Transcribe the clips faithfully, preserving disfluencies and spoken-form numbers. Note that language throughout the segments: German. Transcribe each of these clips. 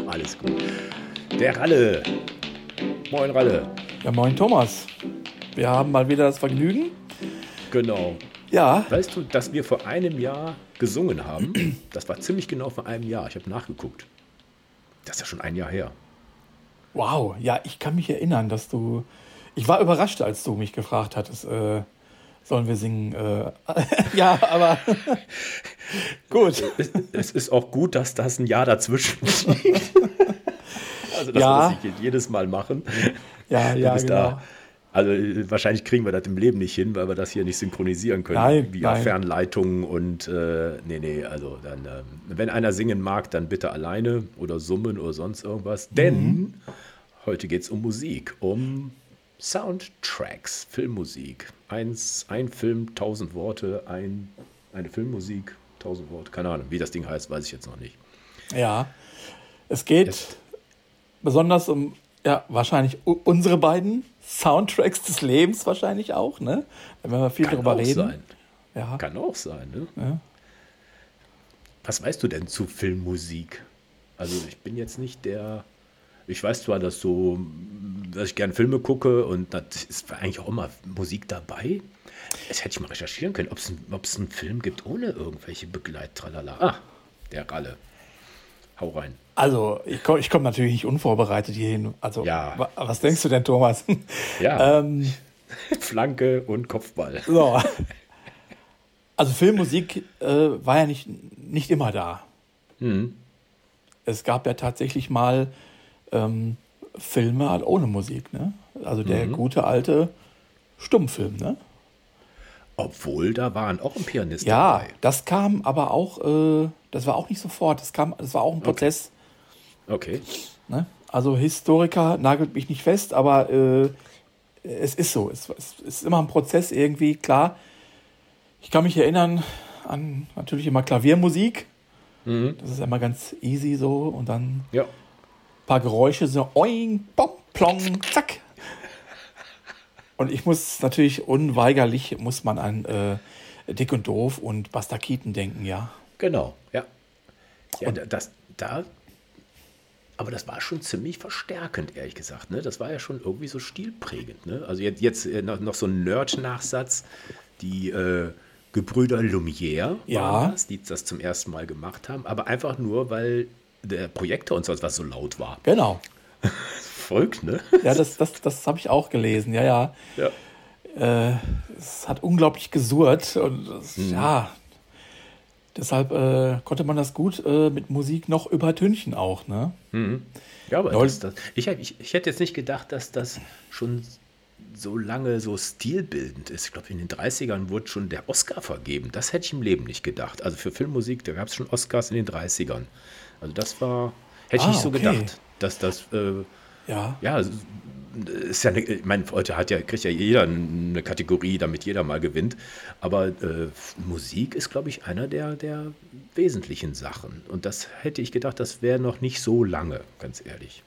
alles gut. Der Ralle. Moin, Ralle. Ja, moin, Thomas. Wir haben mal wieder das Vergnügen. Genau. Ja. Weißt du, dass wir vor einem Jahr gesungen haben? Das war ziemlich genau vor einem Jahr. Ich habe nachgeguckt. Das ist ja schon ein Jahr her. Wow. Ja, ich kann mich erinnern, dass du... Ich war überrascht, als du mich gefragt hattest, äh, sollen wir singen? Äh, ja, aber... Gut. Es, es ist auch gut, dass das ein Jahr dazwischen liegt. Also, dass ja. wir das nicht jedes Mal machen. Ja, Du ja, bist genau. da. Also wahrscheinlich kriegen wir das im Leben nicht hin, weil wir das hier nicht synchronisieren können. Nein, via nein. Fernleitungen und äh, nee, nee, also dann, ähm, wenn einer singen mag, dann bitte alleine oder summen oder sonst irgendwas. Denn Mhm. heute geht es um Musik, um Soundtracks, Filmmusik. Eins, ein Film, tausend Worte, ein, eine Filmmusik, tausend Worte. Keine Ahnung, wie das Ding heißt, weiß ich jetzt noch nicht. Ja. Es geht Jetzt. besonders um, ja, wahrscheinlich u- unsere beiden Soundtracks des Lebens wahrscheinlich auch, ne? Da werden wir viel Kann drüber auch reden. sein. Ja. Kann auch sein, ne? Ja. Was weißt du denn zu Filmmusik? Also ich bin jetzt nicht der, ich weiß zwar, dass so, dass ich gerne Filme gucke und das ist eigentlich auch immer Musik dabei. Das hätte ich mal recherchieren können, ob es ein, ob es einen Film gibt ohne irgendwelche Begleit-Tralala. Ah, der Ralle. Hau rein. Also, ich komme ich komm natürlich nicht unvorbereitet hierhin. Also, Ja. wa- was denkst du denn, Thomas? Ja, ähm, Flanke und Kopfball. so. Also, Filmmusik äh, war ja nicht, nicht immer da. Hm. Es gab ja tatsächlich mal ähm, Filme halt ohne Musik, ne? Also der Mhm. gute alte Stummfilm, ne? Obwohl, da waren auch ein Pianist Ja, dabei. das kam aber auch, äh, das war auch nicht sofort, das kam, das war auch ein Prozess. Okay. Ne? Also Historiker nagelt mich nicht fest, aber äh, es ist so. Es, es ist immer ein Prozess irgendwie, klar. Ich kann mich erinnern an natürlich immer Klaviermusik. Mhm. Das ist ja immer ganz easy so. Und dann Ja. ein paar Geräusche, so oing, bom, plong, zack. Und ich muss natürlich unweigerlich, muss man an äh, Dick und Doof und Buster Keaton denken, ja. Genau, ja. Ja, da- das, da, aber das war schon ziemlich verstärkend, ehrlich gesagt. Ne? Das war ja schon irgendwie so stilprägend. Ne? Also jetzt, jetzt äh, noch, noch so ein Nerd-Nachsatz. Die äh, Gebrüder Lumière Ja. waren das, die das zum ersten Mal gemacht haben. Aber einfach nur, weil der Projektor und so was so laut war. Genau. Folgt, ne? Ja, das, das, das habe ich auch gelesen, ja, ja. Ja. Äh, es hat unglaublich gesurrt und das, ja, deshalb äh, konnte man das gut äh, mit Musik noch übertünchen auch, ne? Ja, aber Lol. das, das, ich, ich, ich hätte jetzt nicht gedacht, dass das schon so lange so stilbildend ist. Ich glaube, in den dreißigern wurde schon der Oscar vergeben. Das hätte ich im Leben nicht gedacht. Also für Filmmusik, da gab es schon Oscars in den dreißigern. Also das war, hätte ich Ah, nicht so okay. gedacht, dass das, äh, Ja, ja, es ist ja, eine, ich meine, heute hat ja, kriegt ja jeder eine Kategorie, damit jeder mal gewinnt. Aber äh, Musik ist, glaube ich, einer der, der wesentlichen Sachen. Und das hätte ich gedacht, das wäre noch nicht so lange, ganz ehrlich.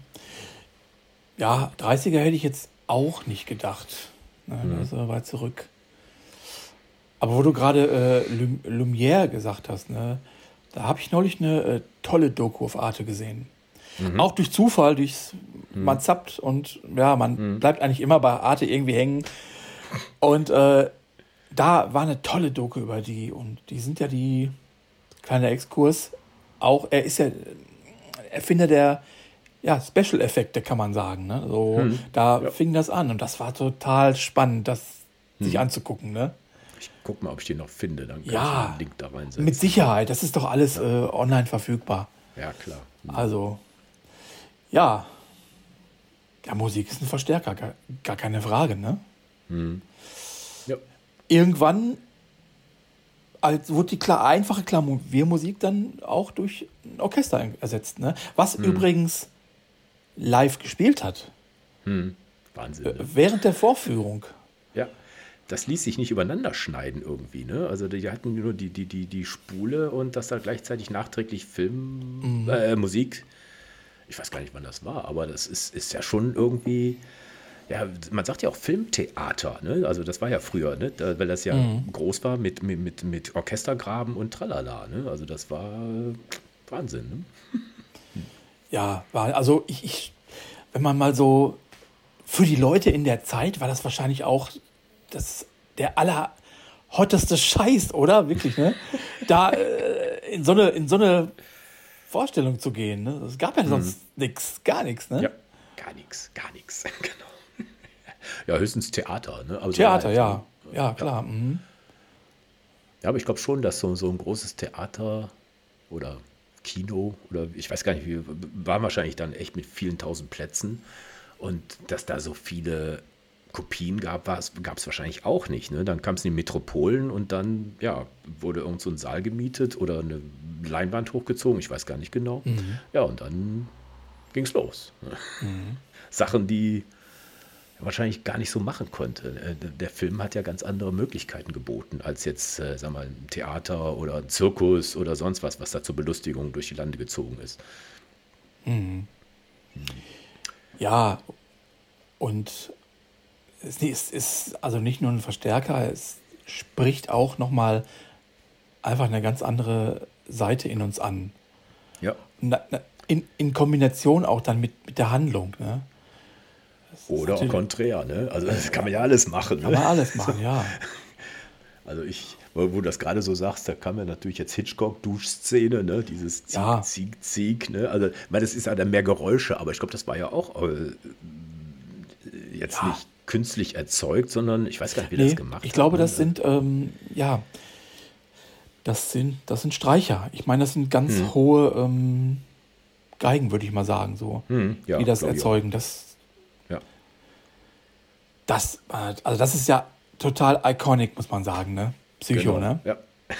ja, dreißiger hätte ich jetzt auch nicht gedacht. Ne, Das ist weit zurück. Aber wo du gerade äh, Lum- Lumière gesagt hast, ne, da habe ich neulich eine äh, tolle Doku auf Arte gesehen. Auch durch Zufall, durchs, man zappt und ja, man bleibt eigentlich immer bei Arte irgendwie hängen. Und äh, da war eine tolle Doku über die und die sind ja die, kleiner Exkurs, auch, er ist ja Erfinder der ja, Special-Effekte, kann man sagen. Ne? So, da Ja. fing das an und das war total spannend, das sich anzugucken. Ne? Ich guck mal, ob ich den noch finde, dann kann Ja, ich einen Link da reinsetzen. Mit Sicherheit, das ist doch alles äh, online verfügbar. Ja, klar. Also, ja, ja, Musik ist ein Verstärker, gar, gar keine Frage, ne? Ja. Irgendwann als wurde die klar, einfache Klaviermusik dann auch durch ein Orchester ersetzt, ne? Was übrigens live gespielt hat. Wahnsinn. Äh, Ne? Während der Vorführung. Ja. Das ließ sich nicht übereinander schneiden irgendwie, ne? Also die hatten nur die, die, die, die Spule und das da gleichzeitig nachträglich Film, äh, Musik. Ich weiß gar nicht, wann das war, aber das ist, ist ja schon irgendwie, ja, man sagt ja auch Filmtheater, ne? Also das war ja früher, ne? Da, weil das ja groß war mit, mit, mit, mit Orchestergraben und Tralala, ne? Also das war Wahnsinn, ne? Ja, war, also ich, ich, wenn man mal so, für die Leute in der Zeit war das wahrscheinlich auch das, der allerhotteste Scheiß, oder? Wirklich, ne? Da äh, in, so eine, in so eine Vorstellung zu gehen, ne? Es gab ja sonst mhm. nichts, gar nichts, ne? Ja, gar nichts, gar nichts, genau. Ja, höchstens Theater, ne? Also Theater, ja, ja, klar. Ja, mhm. ja aber ich glaube schon, dass so, so ein großes Theater oder Kino oder ich weiß gar nicht, wie, war wahrscheinlich dann echt mit vielen tausend Plätzen und dass da so viele Kopien gab, gab es wahrscheinlich auch nicht. Ne? Dann kam es in die Metropolen und dann ja, wurde irgend so ein Saal gemietet oder eine Leinwand hochgezogen, ich weiß gar nicht genau. Mhm. Ja, und dann ging es los. Mhm. Sachen, die wahrscheinlich gar nicht so machen konnte. Der Film hat ja ganz andere Möglichkeiten geboten, als jetzt, äh, sag mal, ein Theater oder ein Zirkus oder sonst was, was da zur Belustigung durch die Lande gezogen ist. Mhm. Mhm. Ja, und es ist, ist also nicht nur ein Verstärker, es spricht auch nochmal einfach eine ganz andere Seite in uns an. Ja. In, in Kombination auch dann mit, mit der Handlung, ne? Oder auch konträr, ne? Also das kann man ja alles machen. Kann man ne? alles machen, ja. Also ich, wo du das gerade so sagst, da kam ja natürlich jetzt Hitchcock-Duschszene, ne? Dieses Zieg, ja. Zieg, Zieg, ne? Also, weil das ist ja dann mehr Geräusche, aber ich glaube, das war ja auch äh, jetzt ja. nicht künstlich erzeugt, sondern ich weiß gar nicht, wie nee, das gemacht ich glaube, hat, das ne? sind, ähm, ja, das sind, das sind Streicher. Ich meine, das sind ganz hm. hohe ähm, Geigen, würde ich mal sagen, so, hm, ja, die das erzeugen. Das Das, also das ist ja total iconic, muss man sagen, ne? Psycho, genau. ne? Ja.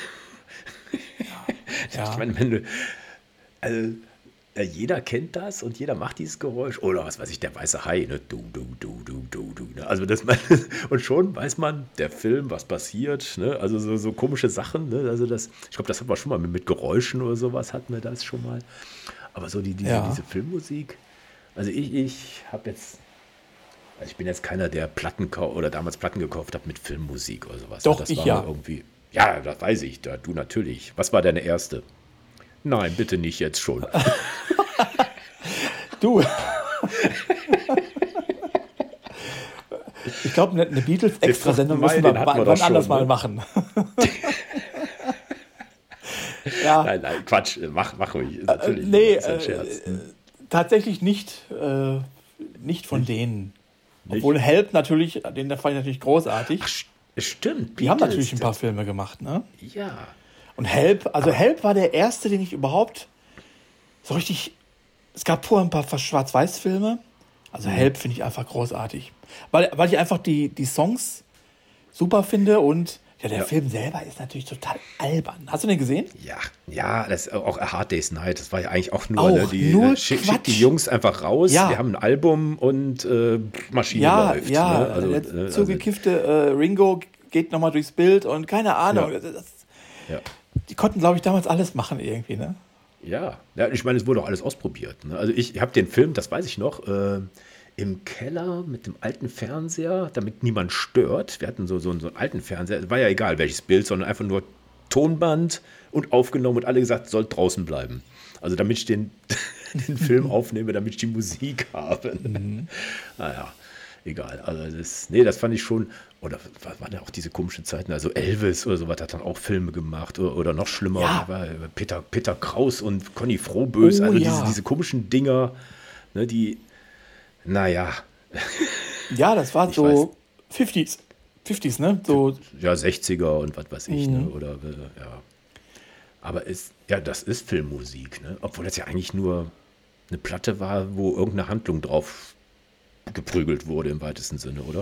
ja. Ich meine, wenn du, also jeder kennt das und jeder macht dieses Geräusch. Oder was weiß ich, der weiße Hai, ne? Du, du, du, du, du, du. Ne? Also das man, und schon weiß man, der Film, was passiert, ne? Also so, so komische Sachen, ne? Also das, ich glaube, das hatten wir schon mal mit, mit Geräuschen oder sowas, hatten wir das schon mal. Aber so die, diese, ja. diese Filmmusik, also ich, ich habe jetzt. Also ich bin jetzt keiner, der Platten oder damals Platten gekauft hat mit Filmmusik oder sowas. Doch, das ich war ja. Irgendwie, ja, das weiß ich. Da, du natürlich. Was war deine erste? Nein, bitte nicht jetzt schon. Du. Ich glaube, eine Beatles-Extra-Sendung müssen wir wann anders schon, mal ne? machen. ja. Nein, nein, Quatsch. Mach, mach ruhig. Natürlich. Äh, nee, äh, tatsächlich nicht, äh, nicht von nicht. denen. Obwohl nicht. Help natürlich, den fand ich natürlich großartig. Ach, stimmt. Die Beatles, haben natürlich ein paar Filme gemacht, ne? Ja. Und Help, also Aber Help war der erste, den ich überhaupt so richtig. Es gab vorher ein paar Schwarz-Weiß-Filme. Also mhm. Help finde ich einfach großartig. Weil, weil ich einfach die, die Songs super finde und ja, der ja. Film selber ist natürlich total albern. Hast du den gesehen? Ja, ja, das ist auch A Hard Day's Night. Das war ja eigentlich auch nur, auch ne, die nur schick, schick die Jungs einfach raus. Ja. Wir haben ein Album und äh, Maschine ja, läuft. Ja, ne? also, der äh, zugekiffte äh, Ringo geht nochmal durchs Bild und keine Ahnung. Ja. Das, ja. Die konnten, glaube ich, damals alles machen irgendwie, ne? Ja, ja, ich meine, es wurde auch alles ausprobiert. Ne? Also ich habe den Film, das weiß ich noch, äh, im Keller mit dem alten Fernseher, damit niemand stört. Wir hatten so, so, so einen alten Fernseher, war ja egal welches Bild, sondern einfach nur Tonband und aufgenommen und alle gesagt, soll draußen bleiben. Also damit ich den, den Film aufnehme, damit ich die Musik habe. Mhm. Naja, egal. Also das, nee, das fand ich schon, oder waren ja auch diese komischen Zeiten, also Elvis oder sowas hat dann auch Filme gemacht oder, oder noch schlimmer, ja. war Peter, Peter Kraus und Conny Frohbös, oh, also ja. diese, diese komischen Dinger, ne, die Naja. Ja, das war ich so fünfziger. fünfziger, ne? So. Ja, sechziger und was weiß ich, mhm. ne? Oder, ja. Aber ist, ja, das ist Filmmusik, ne? Obwohl das ja eigentlich nur eine Platte war, wo irgendeine Handlung drauf geprügelt wurde im weitesten Sinne, oder?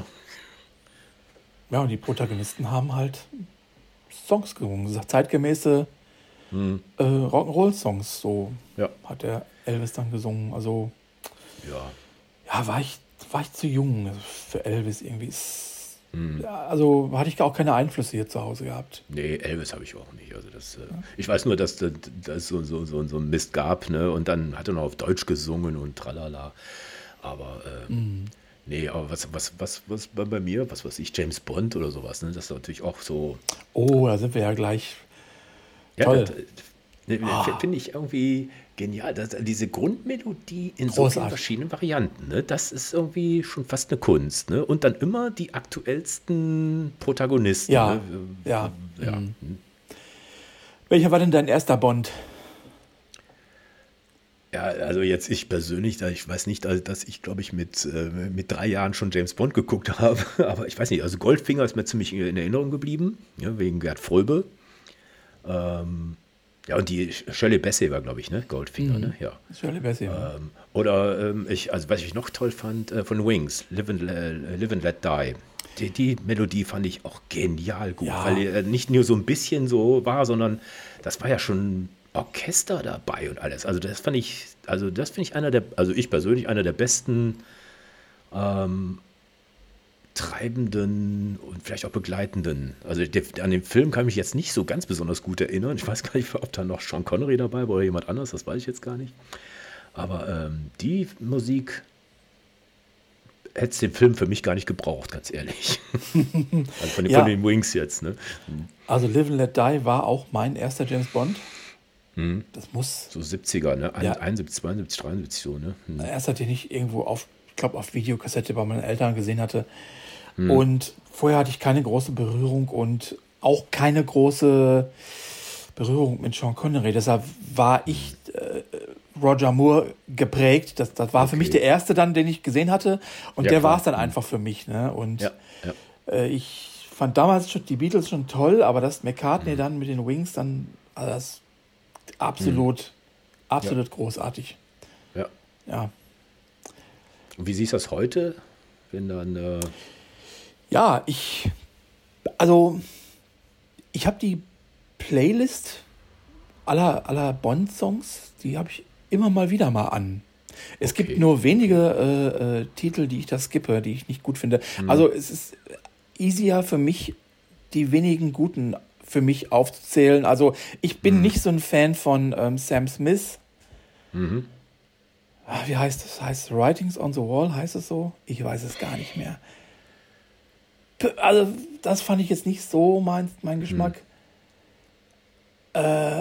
Ja, und die Protagonisten haben halt Songs gesungen, zeitgemäße hm. äh, Rock'n'Roll-Songs, so ja. hat der Elvis dann gesungen. Also ja. Ja, war ich, war ich zu jung für Elvis irgendwie. Ist, hm. ja, also hatte ich auch keine Einflüsse hier zu Hause gehabt. Nee, Elvis habe ich auch nicht. Also das, ja. Ich weiß nur, dass es so, so, so, so ein Mist gab, ne? Und dann hat er noch auf Deutsch gesungen und tralala. Aber äh, mhm. nee, aber was, was, was, was bei mir, was weiß ich, James Bond oder sowas, ne? Das ist natürlich auch so. Oh, da sind wir ja gleich. Ja, toll. Das, ne, oh. Finde ich irgendwie. Genial, das, diese Grundmelodie in so vielen Großartig. verschiedenen Varianten, ne? Das ist irgendwie schon fast eine Kunst, ne? Und dann immer die aktuellsten Protagonisten, Ja, ne? ja. Ja. Mhm. Welcher war denn dein erster Bond? Ja, also jetzt ich persönlich, da ich weiß nicht, also dass ich glaube ich mit, äh, mit drei Jahren schon James Bond geguckt habe, aber ich weiß nicht, also Goldfinger ist mir ziemlich in Erinnerung geblieben, ja, wegen Gerd Fröbe. Ähm, ja, und die Shirley Bassey war, glaube ich, ne? Goldfinger, ne? Ja. Shirley Bassey. Ähm, oder ähm, ich, also was ich noch toll fand, äh, von Wings, Live and, äh, Live and Let Die. Die, die Melodie fand ich auch genial gut, Ja. weil äh, nicht nur so ein bisschen so war, sondern das war ja schon Orchester dabei und alles. Also das fand ich, also das finde ich einer der, also ich persönlich einer der besten ähm, treibenden und vielleicht auch begleitenden. Also der, an den Film kann ich mich jetzt nicht so ganz besonders gut erinnern. Ich weiß gar nicht, ob da noch Sean Connery dabei war oder jemand anderes, das weiß ich jetzt gar nicht. Aber ähm, die Musik hätte es den Film für mich gar nicht gebraucht, ganz ehrlich. Also von den, Ja. von den Wings jetzt, ne? Also Live and Let Die war auch mein erster James Bond. Das muss. So siebziger, ne? Ja. einundsiebzig, zweiundsiebzig, dreiundsiebzig so, ne? Hm. Erst hatte ich nicht irgendwo auf, ich glaube auf Videokassette bei meinen Eltern gesehen hatte. Und vorher hatte ich keine große Berührung und auch keine große Berührung mit Sean Connery. Deshalb war ich äh, Roger Moore geprägt. Das, das war für Okay. mich der erste dann, den ich gesehen hatte. Und Ja, der klar. war es dann einfach für mich. Ne? Und Ja, ja. äh, ich fand damals schon die Beatles schon toll, aber das McCartney dann mit den Wings dann, also das absolut, absolut großartig. Ja. Ja. Und wie siehst du das heute, wenn dann, äh, Ja, ich, also, ich habe die Playlist aller, aller Bond-Songs, die habe ich immer mal wieder mal an. Es Okay. gibt nur wenige äh, äh, Titel, die ich da skippe, die ich nicht gut finde. Also es ist easier für mich, die wenigen guten für mich aufzuzählen. Also ich bin nicht so ein Fan von ähm, Sam Smith. Ah, wie heißt das? Heißt Writings on the Wall, heißt es so? Ich weiß es gar nicht mehr. P- Also, das fand ich jetzt nicht so mein, mein Geschmack. Äh,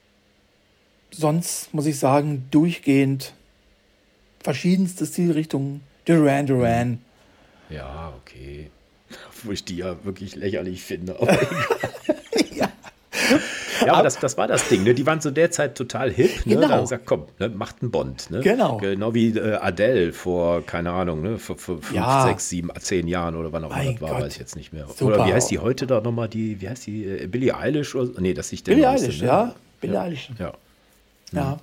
sonst muss ich sagen, durchgehend verschiedenste Stilrichtungen. Duran Duran. ja, okay. Wo ich die ja wirklich lächerlich finde. Aber Ja. ja, aber das, das war das Ding, ne? Die waren zu der Zeit total hip, ne? Genau. Da haben sie gesagt, komm, ne? Macht einen Bond, ne? Genau. Genau wie äh, Adele vor, keine Ahnung, ne? Vor, vor fünf, Ja. sechs, sieben, zehn Jahren oder wann auch immer Mein das war, Gott. weiß ich jetzt nicht mehr. Super. Oder wie heißt die heute da nochmal, die, wie heißt die, äh, Billie Eilish oder so? Nee, das ist nicht der Billie Neueste, Eilish, ne? ja. Billie ja. Eilish. Ja. Ja.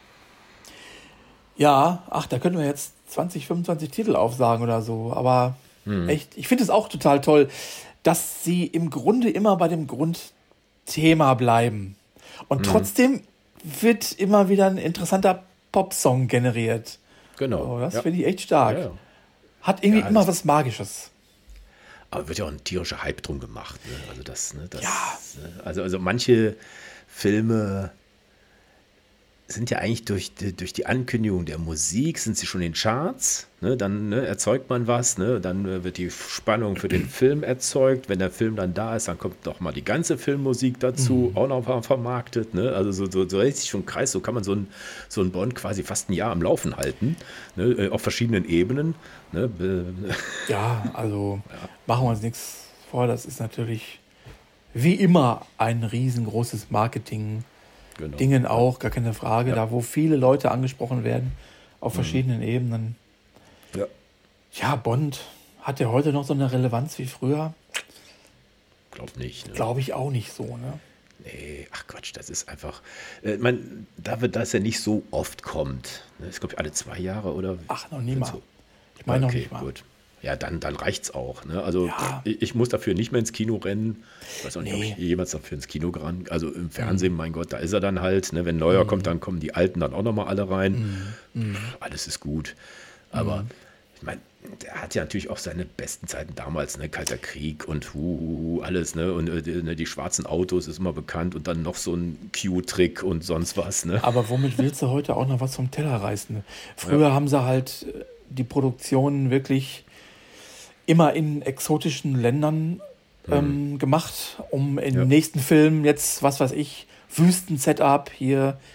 Ja, ach, da können wir jetzt zwanzig, fünfundzwanzig Titel aufsagen oder so. Aber echt, ich finde es auch total toll, dass sie im Grunde immer bei dem Grundthema bleiben. Und trotzdem wird immer wieder ein interessanter Popsong generiert. Genau. Oh, das ja. finde ich echt stark. Ja, ja. Hat irgendwie Ja, immer das- was Magisches. Aber wird ja auch ein tierischer Hype drum gemacht. Ne? Also das, ne, das, Ja. ne? Also, also manche Filme sind ja eigentlich durch die, durch die Ankündigung der Musik, sind sie schon in den Charts. Ne? Dann ne, erzeugt man was, ne? Dann äh, wird die Spannung für den Film erzeugt. Wenn der Film dann da ist, dann kommt doch mal die ganze Filmmusik dazu, auch noch mal vermarktet. Ne? Also so, so, so hält sich schon ein Kreis, so kann man so ein, so ein Bond quasi fast ein Jahr am Laufen halten, ne? äh, auf verschiedenen Ebenen. Ne? Be- Ja, also machen wir uns nichts vor. Das ist natürlich wie immer ein riesengroßes Marketing. Genau. Dingen auch, gar keine Frage. Ja. Da, wo viele Leute angesprochen werden, auf verschiedenen Ebenen. Ja. Ja, Bond, hat der heute noch so eine Relevanz wie früher? Glaub nicht. Ne? Glaube ich auch nicht so, ne? Nee, ach Quatsch, das ist einfach. Äh, man, dafür, dass er nicht so oft kommt. Ne? Ich glaube, alle zwei Jahre oder. Ach, noch nie mal. So. Ich meine noch Okay, nicht mal. gut. Ja, dann, dann reicht's auch. Ne? Also Ja. ich, ich muss dafür nicht mehr ins Kino rennen. Ich weiß auch nicht, ob Nee. ich jemals dafür ins Kino gerannt. Also im Fernsehen, mein Gott, da ist er dann halt. Ne? Wenn ein neuer kommt, dann kommen die Alten dann auch nochmal alle rein. Pff, alles ist gut. Aber ich meine, der hat ja natürlich auch seine besten Zeiten damals, ne? Kalter Krieg und hu, hu, hu, alles, ne? Und äh, die, ne, die schwarzen Autos ist immer bekannt und dann noch so ein Q-Trick und sonst was, ne? Aber womit willst du heute auch noch was vom Teller reißen? Früher haben sie halt äh, die Produktionen wirklich immer in exotischen Ländern ähm, gemacht, um im Ja. nächsten Film jetzt, was weiß ich, Wüsten-Setup hier,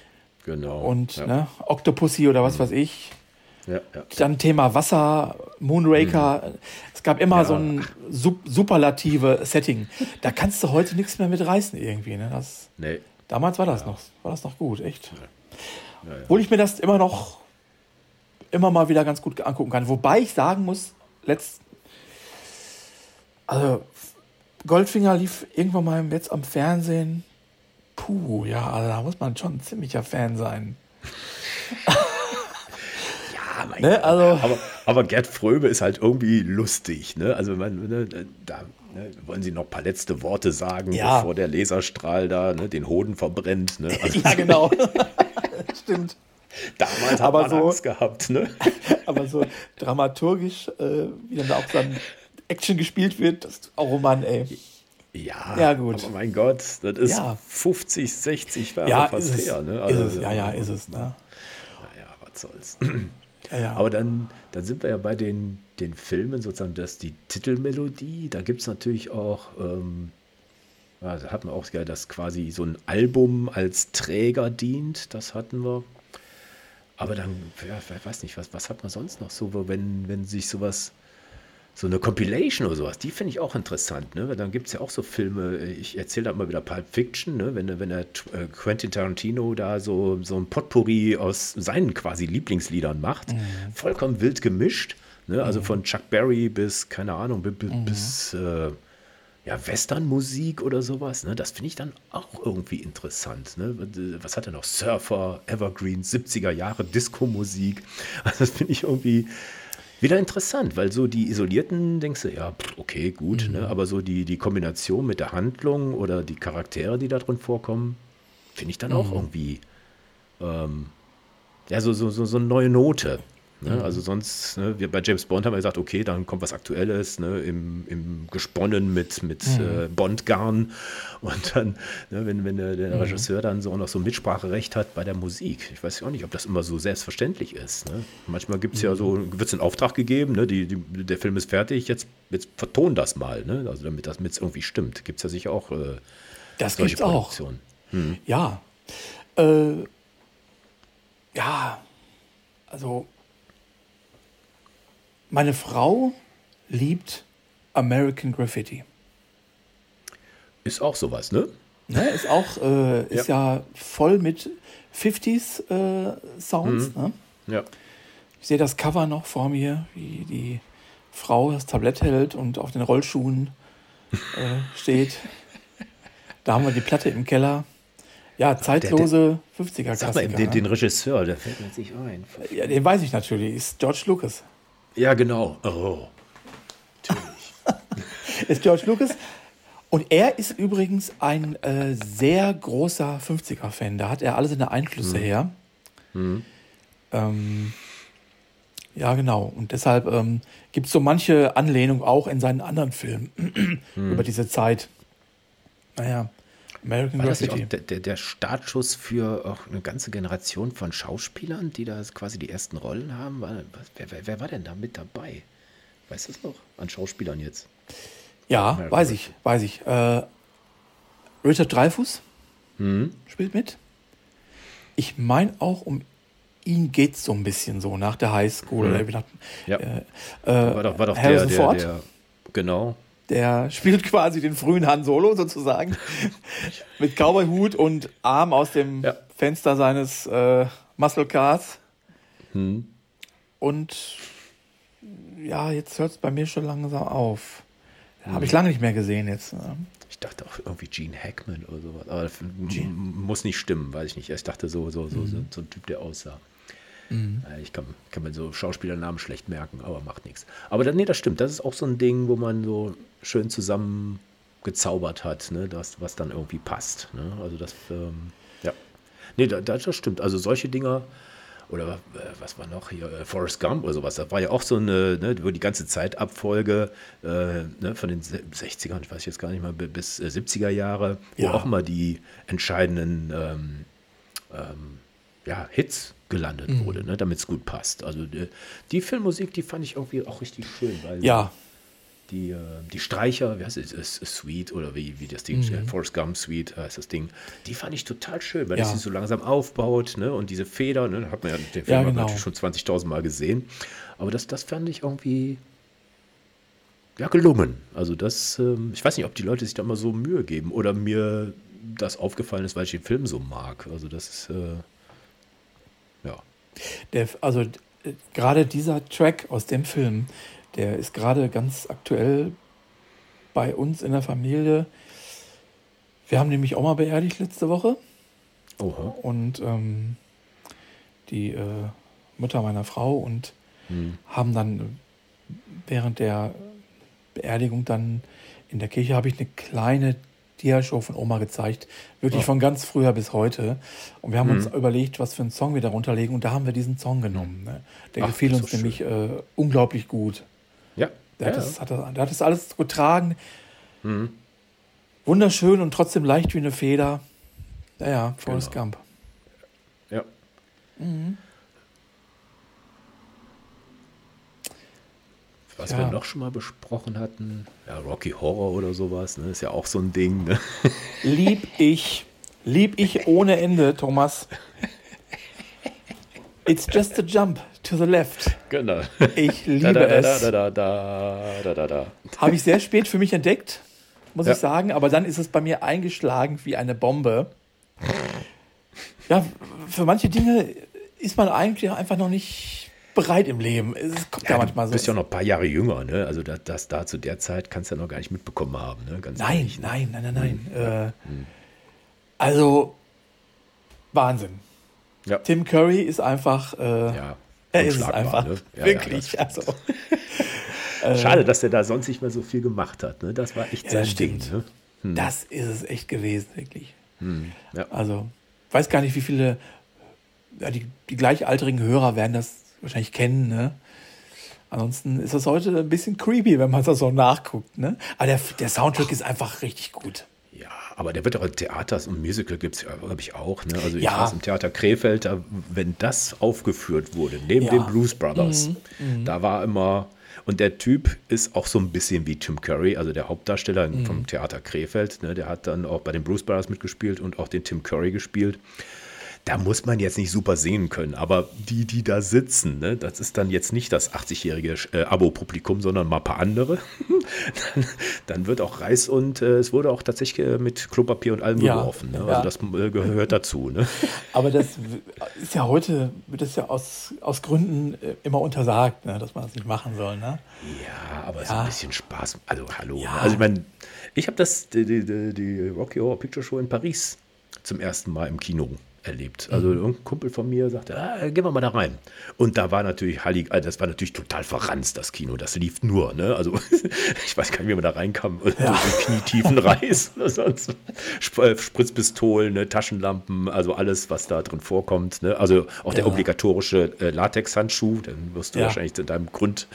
Genau. Und ja. ne, Octopussy oder was mhm. weiß ich. Ja, ja. Dann Thema Wasser, Moonraker. Mhm. Es gab immer ja. so ein sup- superlative Setting. Da kannst du heute nichts mehr mit reißen irgendwie. Ne? Das, nee. Damals war das ja. noch, war das noch gut, echt. Ja. Ja, ja. Obwohl ich mir das immer noch immer mal wieder ganz gut angucken kann. Wobei ich sagen muss, letzt, also Goldfinger lief irgendwann mal jetzt am Fernsehen. Puh, ja, also da muss man schon ein ziemlicher Fan sein. ja, mein ne, Gott. Also, aber, aber Gerd Fröbe ist halt irgendwie lustig. Ne? Also man, ne, da ne, wollen Sie noch ein paar letzte Worte sagen, ja. bevor der Laserstrahl da ne, den Hoden verbrennt. Ne? Also, ja, genau. Stimmt. Damals hat aber man so, Angst gehabt. Ne? aber so dramaturgisch, äh, wie dann da auch dann Action gespielt wird, das oh Mann, ey. Ja, ja, gut. aber mein Gott, das ist ja. fünfzig, sechzig Jahre ja, fast ist her. Ne? Also, ist es. Ja, ja, ist es. Ne? Naja, was soll's. Ja, ja. Aber dann, dann sind wir ja bei den, den Filmen sozusagen, dass die Titelmelodie, da gibt es natürlich auch, ähm, ja, da hatten wir auch, dass quasi so ein Album als Träger dient, das hatten wir. Aber dann, ja, ich weiß nicht, was, was hat man sonst noch so, wenn, wenn sich sowas, so eine Compilation oder sowas, die finde ich auch interessant, ne? Weil dann gibt es ja auch so Filme, ich erzähle da immer wieder Pulp Fiction, ne? Wenn, wenn der Quentin Tarantino da so, so ein Potpourri aus seinen quasi Lieblingsliedern macht, mhm. vollkommen wild gemischt, ne? Also mhm. von Chuck Berry bis, keine Ahnung, bis, mhm. bis äh, ja, Westernmusik oder sowas, ne? Das finde ich dann auch irgendwie interessant, ne? Was hat er noch? Surfer, Evergreen, siebziger Jahre, Disco-Musik, also das finde ich irgendwie wieder interessant, weil so die Isolierten denkst du, ja, okay, gut, mhm. ne? Aber so die, die Kombination mit der Handlung oder die Charaktere, die da drin vorkommen, finde ich dann mhm. auch irgendwie ähm, ja, so, so, so, so eine neue Note. Ne? Mhm. Also sonst, ne, wir bei James Bond haben wir gesagt, okay, dann kommt was Aktuelles, ne, im, im gesponnen mit, mit mhm. äh, Bondgarn und dann, ne, wenn, wenn der, der mhm. Regisseur dann so auch noch so Mitspracherecht hat bei der Musik. Ich weiß ja auch nicht, ob das immer so selbstverständlich ist. Ne? Manchmal gibt es mhm. ja so, wird es in Auftrag gegeben, ne, die, die, der Film ist fertig, jetzt, jetzt verton das mal, ne? Also damit das mit irgendwie stimmt. Gibt es ja sicher auch äh, das solche gibt's auch. Produktionen. Mhm. Ja. Äh, ja, also meine Frau liebt American Graffiti. Ist auch sowas, ne? Ne, ist auch, äh, ist ja. ja voll mit fünfziger äh, Sounds. Mhm. Ne? Ja. Ich sehe das Cover noch vor mir, wie die Frau das Tablett hält und auf den Rollschuhen äh, steht. Da haben wir die Platte im Keller. Ja, zeitlose fünfziger-Klassiker. Sag mal, den, ne? den Regisseur, der fällt mir jetzt nicht ein. Ja, den weiß ich natürlich, ist George Lucas. Ja, genau. Oh, natürlich. Ist George Lucas. Und er ist übrigens ein äh, sehr großer fünfziger-Fan. Da hat er alle seine Einflüsse mhm. her. Mhm. Ähm, ja, genau. Und deshalb ähm, gibt es so manche Anlehnung auch in seinen anderen Filmen mhm. über diese Zeit. Naja, American War das Graffiti. nicht auch der, der, der Startschuss für auch eine ganze Generation von Schauspielern, die da quasi die ersten Rollen haben? War, wer, wer, wer war denn da mit dabei? Weißt du es noch? An Schauspielern jetzt? Ja, American weiß ich, weiß ich. Äh, Richard Dreyfuss mhm. spielt mit. Ich meine auch, um ihn geht es so ein bisschen so nach der Highschool. Mhm. Oder ja. äh, war doch, war doch Harrison der, der, Ford. der, genau. Der spielt quasi den frühen Han Solo sozusagen. Mit Cowboy-Hut und Arm aus dem ja. Fenster seines äh, Muscle Cars. Mhm. Und ja, jetzt hört es bei mir schon langsam auf. Mhm. Habe ich lange nicht mehr gesehen jetzt. Ne? Ich dachte auch irgendwie Gene Hackman oder sowas. Aber Gene. muss nicht stimmen, weiß ich nicht. Ich dachte so, so, so, mhm. so ein Typ, der aussah. Mhm. Ich kann, kann mir so Schauspielernamen schlecht merken, aber macht nichts. Aber dann, nee, das stimmt. Das ist auch so ein Ding, wo man so schön zusammen gezaubert hat, ne? Das, was dann irgendwie passt. Ne? Also das, ähm, ja. Nee, das, das stimmt. Also solche Dinger, oder äh, was war noch hier, äh, Forrest Gump oder sowas, das war ja auch so eine, ne, wo die ganze Zeitabfolge äh, ne, von den sechzigern, ich weiß jetzt gar nicht mal, bis äh, siebziger Jahre, wo ja. auch mal die entscheidenden ähm, ähm, ja, Hits gelandet mhm. wurde, ne, damit es gut passt. Also die, die Filmmusik, die fand ich irgendwie auch richtig schön. Weil ja. die, äh, die Streicher, wie heißt es, ist, ist Sweet oder wie, wie das Ding, mhm. Forrest Gump Sweet heißt das Ding, die fand ich total schön, weil ja. das sich so langsam aufbaut, ne? Und diese Feder, ne? Hat man ja den Film ja, genau. natürlich schon zwanzigtausend Mal gesehen, aber das, das fand ich irgendwie ja, gelungen. Also das, ähm, ich weiß nicht, ob die Leute sich da mal so Mühe geben oder mir das aufgefallen ist, weil ich den Film so mag. Also das ist, äh, ja. Der, also äh, gerade dieser Track aus dem Film, der ist gerade ganz aktuell bei uns in der Familie. Wir haben nämlich auch mal beerdigt letzte Woche. Oha. Und ähm, die äh, Mutter meiner Frau und hm. haben dann während der Beerdigung dann in der Kirche habe ich eine kleine Dia-Show von Oma gezeigt. Wirklich oh. von ganz früher bis heute. Und wir haben mhm. uns überlegt, was für einen Song wir darunter legen. Und da haben wir diesen Song genommen. Ne? Der Ach, gefiel uns nämlich äh, unglaublich gut. Ja. Der, ja, hat das, ja. Hat das, der hat das alles getragen. Mhm. Wunderschön und trotzdem leicht wie eine Feder. Naja, Forrest genau. Gump. Ja. Mhm. Was ja. wir noch schon mal besprochen hatten, ja, Rocky Horror oder sowas, ne, ist ja auch so ein Ding. Ne? Lieb ich. Lieb ich ohne Ende, Thomas. It's just a jump to the left. Genau. Ich liebe da, da, es. Da, da, da, da, da, da. Habe ich sehr spät für mich entdeckt, muss ja. ich sagen. Aber dann ist es bei mir eingeschlagen wie eine Bombe. Ja, für manche Dinge ist man eigentlich einfach noch nicht bereit im Leben. Es kommt ja, ja manchmal so. Du bist ja noch ein paar Jahre jünger, ne? Also das, das da zu der Zeit kannst du ja noch gar nicht mitbekommen haben, ne? Ganz nein, ehrlich, ne? nein, nein, nein, nein, hm. äh, hm. Also Wahnsinn. Ja. Tim Curry ist einfach. Äh, ja. Er ist es einfach. Ne? Ja, wirklich. Ja, also. Schade, dass der da sonst nicht mehr so viel gemacht hat. Ne? Das war echt ja, sein Ding. Ne? Hm. Das ist es echt gewesen, wirklich. Hm. Ja. Also, ich weiß gar nicht, wie viele, ja, die, die gleichaltrigen Hörer werden das wahrscheinlich kennen, ne? Ansonsten ist das heute ein bisschen creepy, wenn man das so nachguckt, ne? Aber der, der Soundtrack ist einfach richtig gut. Ja, aber der wird auch in Theaters und Musical gibt es, glaube ich, auch. Ne? Also ich ja. weiß, im Theater Krefeld, da, wenn das aufgeführt wurde, neben ja. den Blues Brothers, mhm. da war immer, und der Typ ist auch so ein bisschen wie Tim Curry, also der Hauptdarsteller mhm. vom Theater Krefeld, ne? Der hat dann auch bei den Blues Brothers mitgespielt und auch den Tim Curry gespielt. Da muss man jetzt nicht super singen können, aber die, die da sitzen, ne, das ist dann jetzt nicht das achtzigjährige äh, Abo-Publikum, sondern mal ein paar andere. dann, dann wird auch Reis und äh, es wurde auch tatsächlich äh, mit Klopapier und allem ja, geworfen. Ne? Also ja. das äh, gehört dazu. Ne? Aber das ist ja heute, wird das ja aus, aus Gründen äh, immer untersagt, ne, dass man das nicht machen soll. Ne? Ja, aber ja. so ein bisschen Spaß. Also hallo. Ja. Ne? Also ich meine, ich habe das, die, die, die Rocky Horror Picture Show in Paris zum ersten Mal im Kino erlebt. Also mhm. ein Kumpel von mir sagte, ah, gehen wir mal da rein. Und da war natürlich Hallig, das war natürlich total verranzt, das Kino. Das lief nur, ne? Also ich weiß gar nicht, wie man da reinkam. Ja. So knietiefen Reis oder sonst Spritzpistolen, ne? Taschenlampen, also alles, was da drin vorkommt. Ne? Also auch der ja. obligatorische äh, Latexhandschuh, dann wirst du ja. wahrscheinlich in deinem Grund.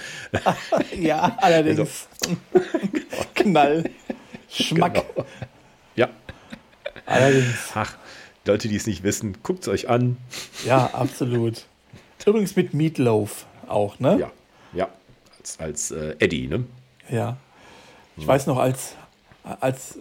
ja, allerdings. Also, Knall. Schmack. Genau. Ja. Allerdings. Ach. Leute, die es nicht wissen, guckt es euch an. Ja, absolut. Übrigens mit Meatloaf auch, ne? Ja, ja. Als, als äh, Eddie, ne? Ja. Ich ja. weiß noch, als, als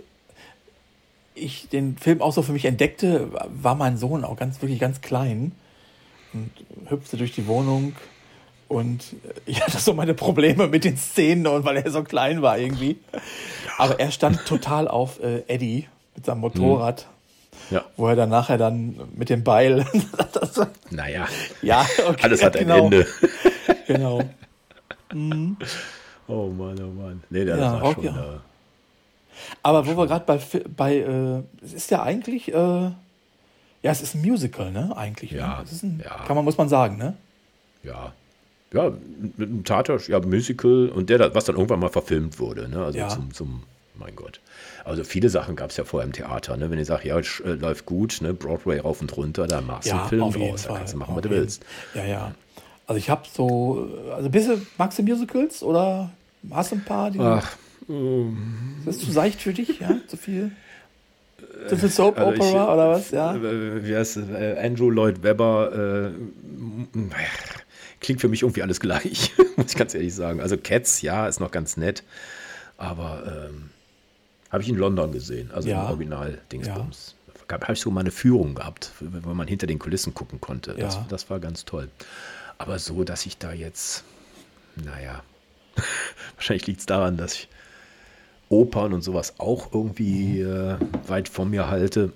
ich den Film auch so für mich entdeckte, war mein Sohn auch ganz, wirklich ganz klein und hüpfte durch die Wohnung. Und ich hatte so meine Probleme mit den Szenen, und weil er so klein war irgendwie. Ja. Aber er stand total auf äh, Eddie mit seinem Motorrad. Mhm. Ja. Wo er dann nachher dann mit dem Beil. naja. Ja, okay. Alles hat ein genau. Ende. genau. Mhm. Oh Mann, oh Mann. Nee, der ja, war auch, schon. Ja. Da. Aber wo schon. wir gerade bei, bei äh, es ist ja eigentlich, äh, ja, es ist ein Musical, ne? Eigentlich. Ja. Ne? Es ist ein, ja. Kann man, muss man sagen, ne? Ja. Ja, mit einem Theater, ja, Musical und der, was dann irgendwann mal verfilmt wurde, ne? Also ja. zum, zum, mein Gott. Also viele Sachen gab es ja vorher im Theater, ne? Wenn ihr sagt, ja, äh, läuft gut, ne? Broadway rauf und runter, da machst du ja, einen Film auf jeden draus, Fall. da kannst du machen, auf was du jeden. willst. Ja, ja. Also ich habe so, also bist du, magst du Musicals oder hast du ein paar? Die Ach, um, ist das zu seicht für dich, ja? Zu viel? Zu viel Soap Opera also ich, oder was? Ja. Äh, wie heißt es? Äh, Andrew Lloyd Webber, äh, klingt für mich irgendwie alles gleich, muss ich ganz ehrlich sagen. Also Cats, ja, ist noch ganz nett, aber ähm, habe ich in London gesehen, also Ja. im Original-Dingsbums. Da habe ich so mal eine Führung gehabt, wo man hinter den Kulissen gucken konnte. Das, Ja. das war ganz toll. Aber so, dass ich da jetzt, naja, wahrscheinlich liegt es daran, dass ich Opern und sowas auch irgendwie äh, weit von mir halte.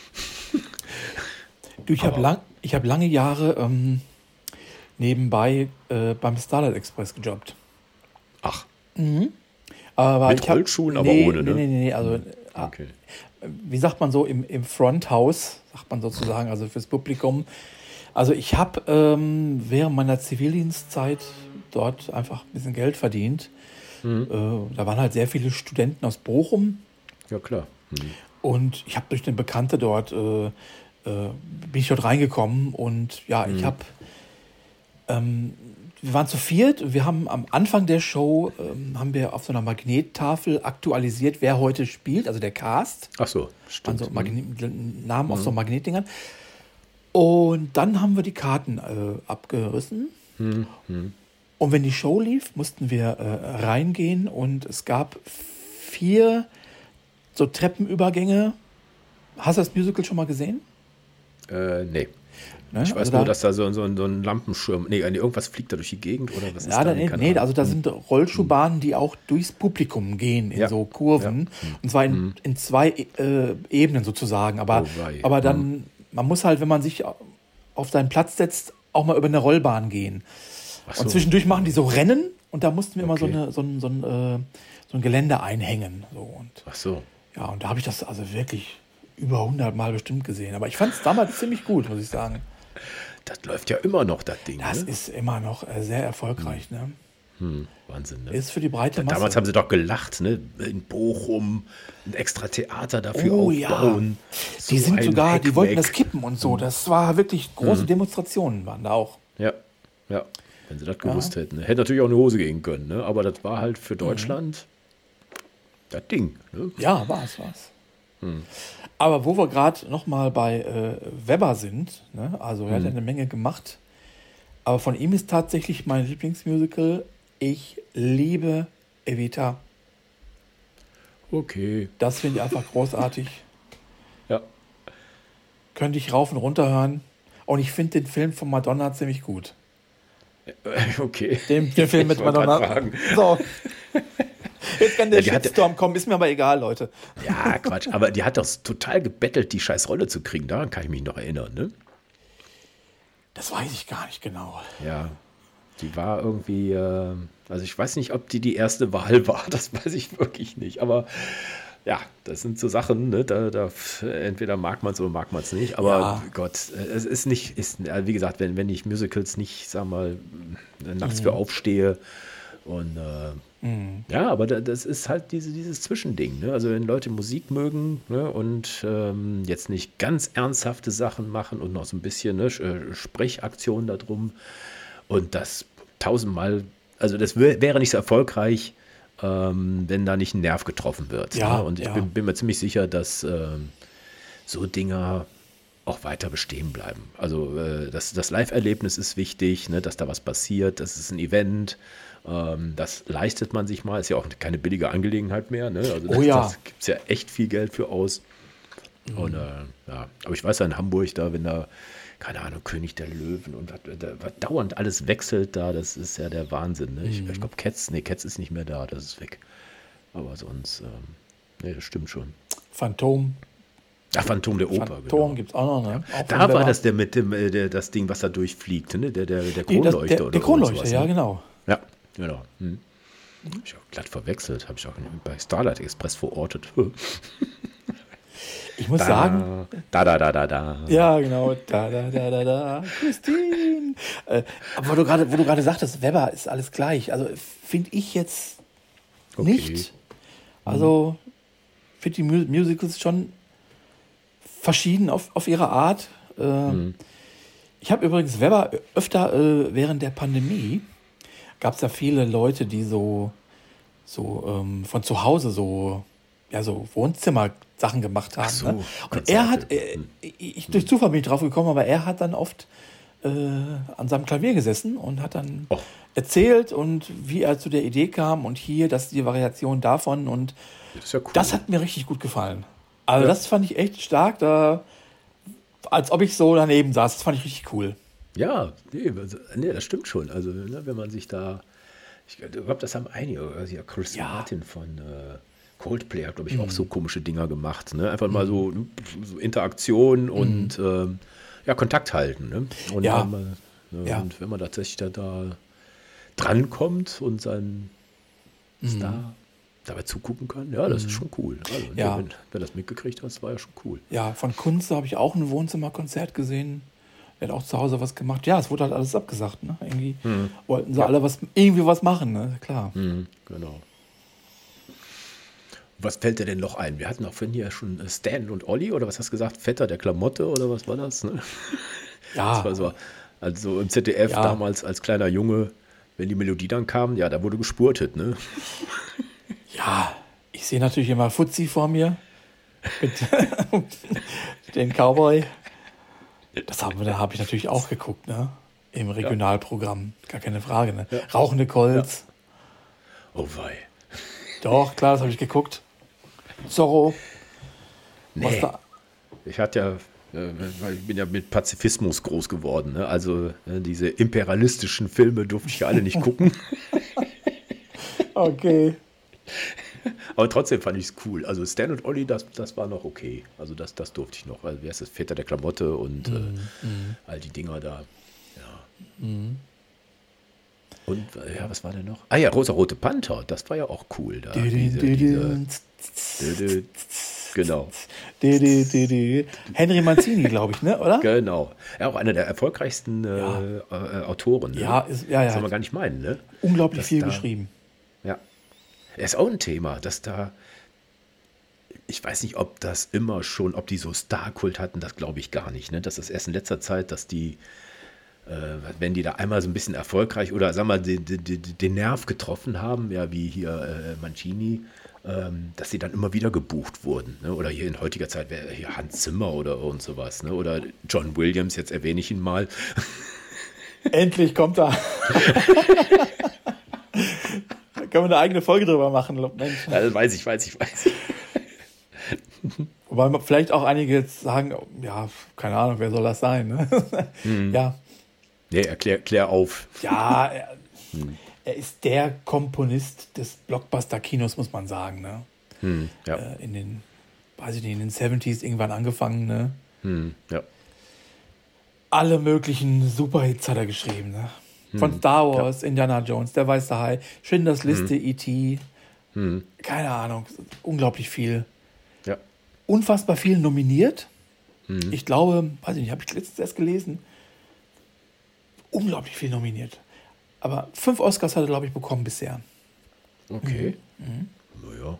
Du, ich habe Aber- lang, ich hab lange Jahre ähm, nebenbei äh, beim Starlight Express gejobbt. Ach, Aber Mit ich hab, Rollschuhen, aber nee, ohne, nee, ne? nee, nee, also ah, okay. wie sagt man so, im, im Fronthaus, sagt man sozusagen, also fürs Publikum. Also ich habe ähm, während meiner Zivildienstzeit dort einfach ein bisschen Geld verdient. Mhm. Äh, da waren halt sehr viele Studenten aus Bochum Ja, klar. Mhm. und ich habe durch eine Bekannte dort, äh, äh, bin ich dort reingekommen und ja, ich habe, ähm, wir waren zu viert und wir haben am Anfang der Show, ähm, haben wir auf so einer Magnettafel aktualisiert, wer heute spielt, also der Cast. Ach so, stimmt. Also Magne Namen auf so Magnetdingern. Und dann haben wir die Karten äh, abgerissen. Und wenn die Show lief, mussten wir äh, reingehen und es gab vier so Treppenübergänge. Hast du das Musical schon mal gesehen? Äh, nee. Ne? Ich weiß Also nur, da- dass da so, so, so ein Lampenschirm, nee, irgendwas fliegt da durch die Gegend oder was ist Ja, da? da, nee, Keine nee, Ahnung. also da sind Rollschuhbahnen, die auch durchs Publikum gehen, in Ja. so Kurven. Und zwar in, in zwei äh, Ebenen sozusagen. Aber, Oh wei. aber dann, man muss halt, wenn man sich auf seinen Platz setzt, auch mal über eine Rollbahn gehen. Ach so. Und zwischendurch machen die so Rennen und da mussten wir immer so, Okay. eine, so, ein, so, ein, äh, so ein Gelände einhängen. So. Und, Ach so. ja, und da habe ich das also wirklich über hundert Mal bestimmt gesehen. Aber ich fand es damals ziemlich gut, muss ich sagen. Das läuft ja immer noch, das Ding. Das ne? ist immer noch äh, sehr erfolgreich. Ne? Hm, Wahnsinn, ne? Ist für die breite Masse. Damals haben sie doch gelacht, ne? In Bochum ein extra Theater dafür Oh, ja. aufbauen. Die So sind ein sogar, die Heck wollten weg. das kippen und so. Das war wirklich große Demonstrationen waren da auch. Ja, ja. Wenn sie das gewusst hätten. ne? Hätte natürlich auch eine Hose gehen können, ne? Aber das war halt für Deutschland das Ding. Ne? Ja, war's, war's. Aber wo wir gerade nochmal bei äh, Weber sind, ne? Also er hat ja eine Menge gemacht. Aber von ihm ist tatsächlich mein Lieblingsmusical. Ich liebe Evita. Okay. Das finde ich einfach großartig. Ja. Könnte ich rauf und runter hören. Und ich finde den Film von Madonna ziemlich gut. Okay. Den, den Film mit Ich wollte Madonna. grad fragen. So. Jetzt kann der Ja, die hatte- Shitstorm kommen, ist mir aber egal, Leute. Ja, Quatsch. Aber die hat doch total gebettelt, die scheiß Rolle zu kriegen. Daran kann ich mich noch erinnern, ne? Das weiß ich gar nicht genau. Ja. Die war irgendwie, äh, also ich weiß nicht, ob die die erste Wahl war, das weiß ich wirklich nicht. Aber ja, das sind so Sachen, ne? da, da entweder mag man es oder mag man es nicht. Aber Ja. Gott, äh, es ist nicht, ist, äh, wie gesagt, wenn, wenn ich Musicals nicht, sag mal, äh, nachts für aufstehe und äh, ja, aber da, das ist halt diese, dieses Zwischending. Ne? Also wenn Leute Musik mögen, ne? und ähm, jetzt nicht ganz ernsthafte Sachen machen und noch so ein bisschen ne? Sch- Sprechaktionen da drum und das tausendmal, also das wär, wäre nicht so erfolgreich, ähm, wenn da nicht ein Nerv getroffen wird. Ja, ne? Und ich ja. bin, bin mir ziemlich sicher, dass ähm, so Dinger auch weiter bestehen bleiben. Also äh, das, das Live-Erlebnis ist wichtig, ne? dass da was passiert, das ist ein Event, ähm, das leistet man sich mal, ist ja auch keine billige Angelegenheit mehr. Ne? Also Oh das, ja. das gibt es ja echt viel Geld für aus. Und, äh, ja. Aber ich weiß ja in Hamburg, da, wenn da, keine Ahnung, König der Löwen und da, da, da dauernd alles wechselt da, das ist ja der Wahnsinn. Ne? Ich, ich glaube, Cats, nee, Cats ist nicht mehr da, das ist weg. Aber sonst, ähm, nee, das stimmt schon. Phantom. Ach, Phantom der Oper, Phantom genau. gibt es auch noch, ne? Auch von Da war Weber. das der mit dem, äh, der, das Ding, was da durchfliegt, ne? Der, der, der Nee, das- Kronleuchter der, oder der so Kronleuchter, sowas, ja, ne? genau. Ja, genau. Hm. Hab ich auch glatt verwechselt, habe ich auch bei Starlight Express verortet. Ich muss Da, sagen, da, da, da, da, da. ja, genau. Da, da, da, da, da. Christine. Äh, aber wo du gerade, wo du gerade sagtest, Weber ist alles gleich. Also finde ich jetzt Okay. nicht. Also finde die Mu- Musicals schon verschieden auf, auf ihre Art. Äh, Ich habe übrigens Weber öfter äh, während der Pandemie gab es ja viele Leute, die so, so ähm, von zu Hause so, ja, so Wohnzimmer-Sachen gemacht haben. Ach so, ne? Und Konzerte. er hat, äh, ich durch Zufall bin ich drauf gekommen, aber er hat dann oft äh, an seinem Klavier gesessen und hat dann Oh. erzählt und wie er zu der Idee kam und hier, das ist die Variation davon und Das ist ja cool. das hat mir richtig gut gefallen. Also Ja. das fand ich echt stark, da, als ob ich so daneben saß. Das fand ich richtig cool. Ja, nee, also, nee, das stimmt schon. Also, ne, wenn man sich da, ich glaube, das haben einige, also ja, Chris Ja. Martin von äh, Coldplay hat, glaube ich, auch so komische Dinger gemacht. Ne? Einfach mal so, so Interaktion und ähm, ja, Kontakt halten. Ne? Und, Ja. wenn man, ne, Ja. und wenn man tatsächlich da, da drankommt und seinen Star dabei zugucken kann, ja, das ist schon cool. Also, Ja. wenn, wenn das mitgekriegt hast, war ja schon cool. Ja, von Kunze habe ich auch ein Wohnzimmerkonzert gesehen. Er hat auch zu Hause was gemacht. Ja, es wurde halt alles abgesagt. Ne? Irgendwie wollten sie alle was, irgendwie was machen. Ne? Klar. Mhm, genau. Was fällt dir denn noch ein? Wir hatten auch vorhin hier schon äh, Stan und Olli, oder was hast du gesagt? Vetter der Klamotte, oder was war das? Ne? Ja, Das war so, also im Z D F Ja. damals als kleiner Junge, wenn die Melodie dann kam, ja, da wurde gespurtet, ne? ja, ich sehe natürlich immer Fuzzi vor mir. Mit den Cowboy. Das habe da hab ich natürlich auch geguckt, ne? Im Regionalprogramm. Gar keine Frage, ne? Rauchende Colts. Oh wei. Doch, klar, das habe ich geguckt. Zorro. Was Nee. da, Ich hatte ja, äh, weil ich bin ja mit Pazifismus groß geworden, ne? Also äh, diese imperialistischen Filme durfte ich ja alle nicht gucken. okay. Aber trotzdem fand ich es cool. Also Stan und Olli, das, das war noch okay. Also das, das durfte ich noch. Also wie heißt das? Väter der Klamotte und äh, all die Dinger da. Ja. Und äh, ja, was war denn noch? Ah ja, Rosa-Rote Panther, das war ja auch cool. Da, diese, diese, Dö-dö. Genau, Di, di, di, di. Henry Mancini, glaube ich, ne? Oder? genau. Ja, auch einer der erfolgreichsten äh, Ja. äh, Autoren. Ne? Ja, ist, ja, Das soll man ja. gar nicht meinen, ne? Unglaublich dass viel da- geschrieben. Ja. Ist auch ein Thema, dass da, ich weiß nicht, ob das immer schon, ob die so Star-Kult hatten, das glaube ich gar nicht. Ne? Das ist erst in letzter Zeit, dass die, äh, wenn die da einmal so ein bisschen erfolgreich oder sagen wir mal, den, den, den Nerv getroffen haben, ja, wie hier äh, Mancini, ähm, dass sie dann immer wieder gebucht wurden. Ne? Oder hier in heutiger Zeit wäre hier Hans Zimmer oder irgend sowas. Ne? Oder John Williams, jetzt erwähne ich ihn mal. Endlich kommt er. Da können wir eine eigene Folge drüber machen, Mensch. Also weiß ich, weiß ich, weiß ich. Wobei man vielleicht auch einige jetzt sagen, ja, keine Ahnung, wer soll das sein? Ne? Ja, Nee, erklär, klär auf. ja, er, er ist der Komponist des Blockbuster-Kinos, muss man sagen. Ne? Hm, ja. Äh, In den, weiß ich nicht, in den siebziger irgendwann angefangen. Ne? Hm, ja. Alle möglichen Superhits hat er geschrieben. Ne? Von Star Wars, Indiana Jones, Der Weiße Hai, Schindlers Liste, E T Hm, Keine Ahnung, unglaublich viel. ja. Unfassbar viel nominiert. Ich glaube, weiß ich nicht, habe ich letztens erst gelesen. Unglaublich viel nominiert. Aber fünf Oscars hat er, glaube ich, bekommen bisher. Okay. Mhm. Naja.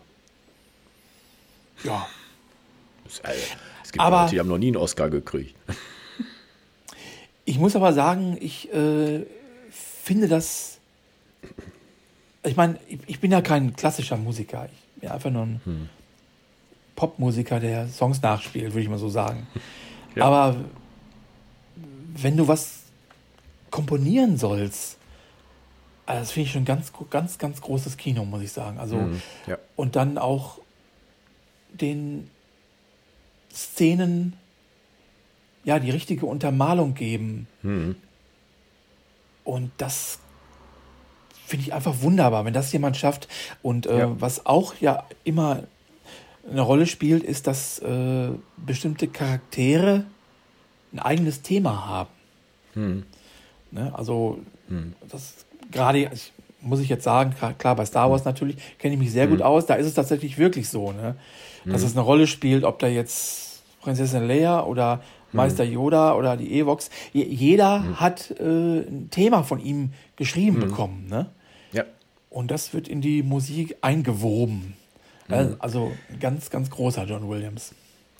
Ja. Es, äh, es gibt Aber- Leute, die haben noch nie einen Oscar gekriegt. Ich muss aber sagen, ich äh, finde das. Ich meine, ich, ich bin ja kein klassischer Musiker. Ich bin einfach nur ein Popmusiker, der Songs nachspielt, würde ich mal so sagen. Ja. Aber wenn du was komponieren sollst, also das finde ich schon ganz, ganz, ganz großes Kino, muss ich sagen. Also, Ja. und dann auch den Szenen ja die richtige Untermalung geben. Hm. Und das finde ich einfach wunderbar, wenn das jemand schafft. Und äh, Ja. was auch ja immer eine Rolle spielt, ist, dass äh, bestimmte Charaktere ein eigenes Thema haben. Hm. Ne? Also das gerade, ich, muss ich jetzt sagen, klar, klar, bei Star Wars natürlich kenne ich mich sehr gut aus. Da ist es tatsächlich wirklich so, ne? Dass es eine Rolle spielt, ob da jetzt Prinzessin Leia oder Meister Yoda oder die Ewoks. Je- Jeder hat äh, ein Thema von ihm geschrieben bekommen, ne? Ja. Und das wird in die Musik eingewoben. Also, also ein ganz, ganz großer John Williams.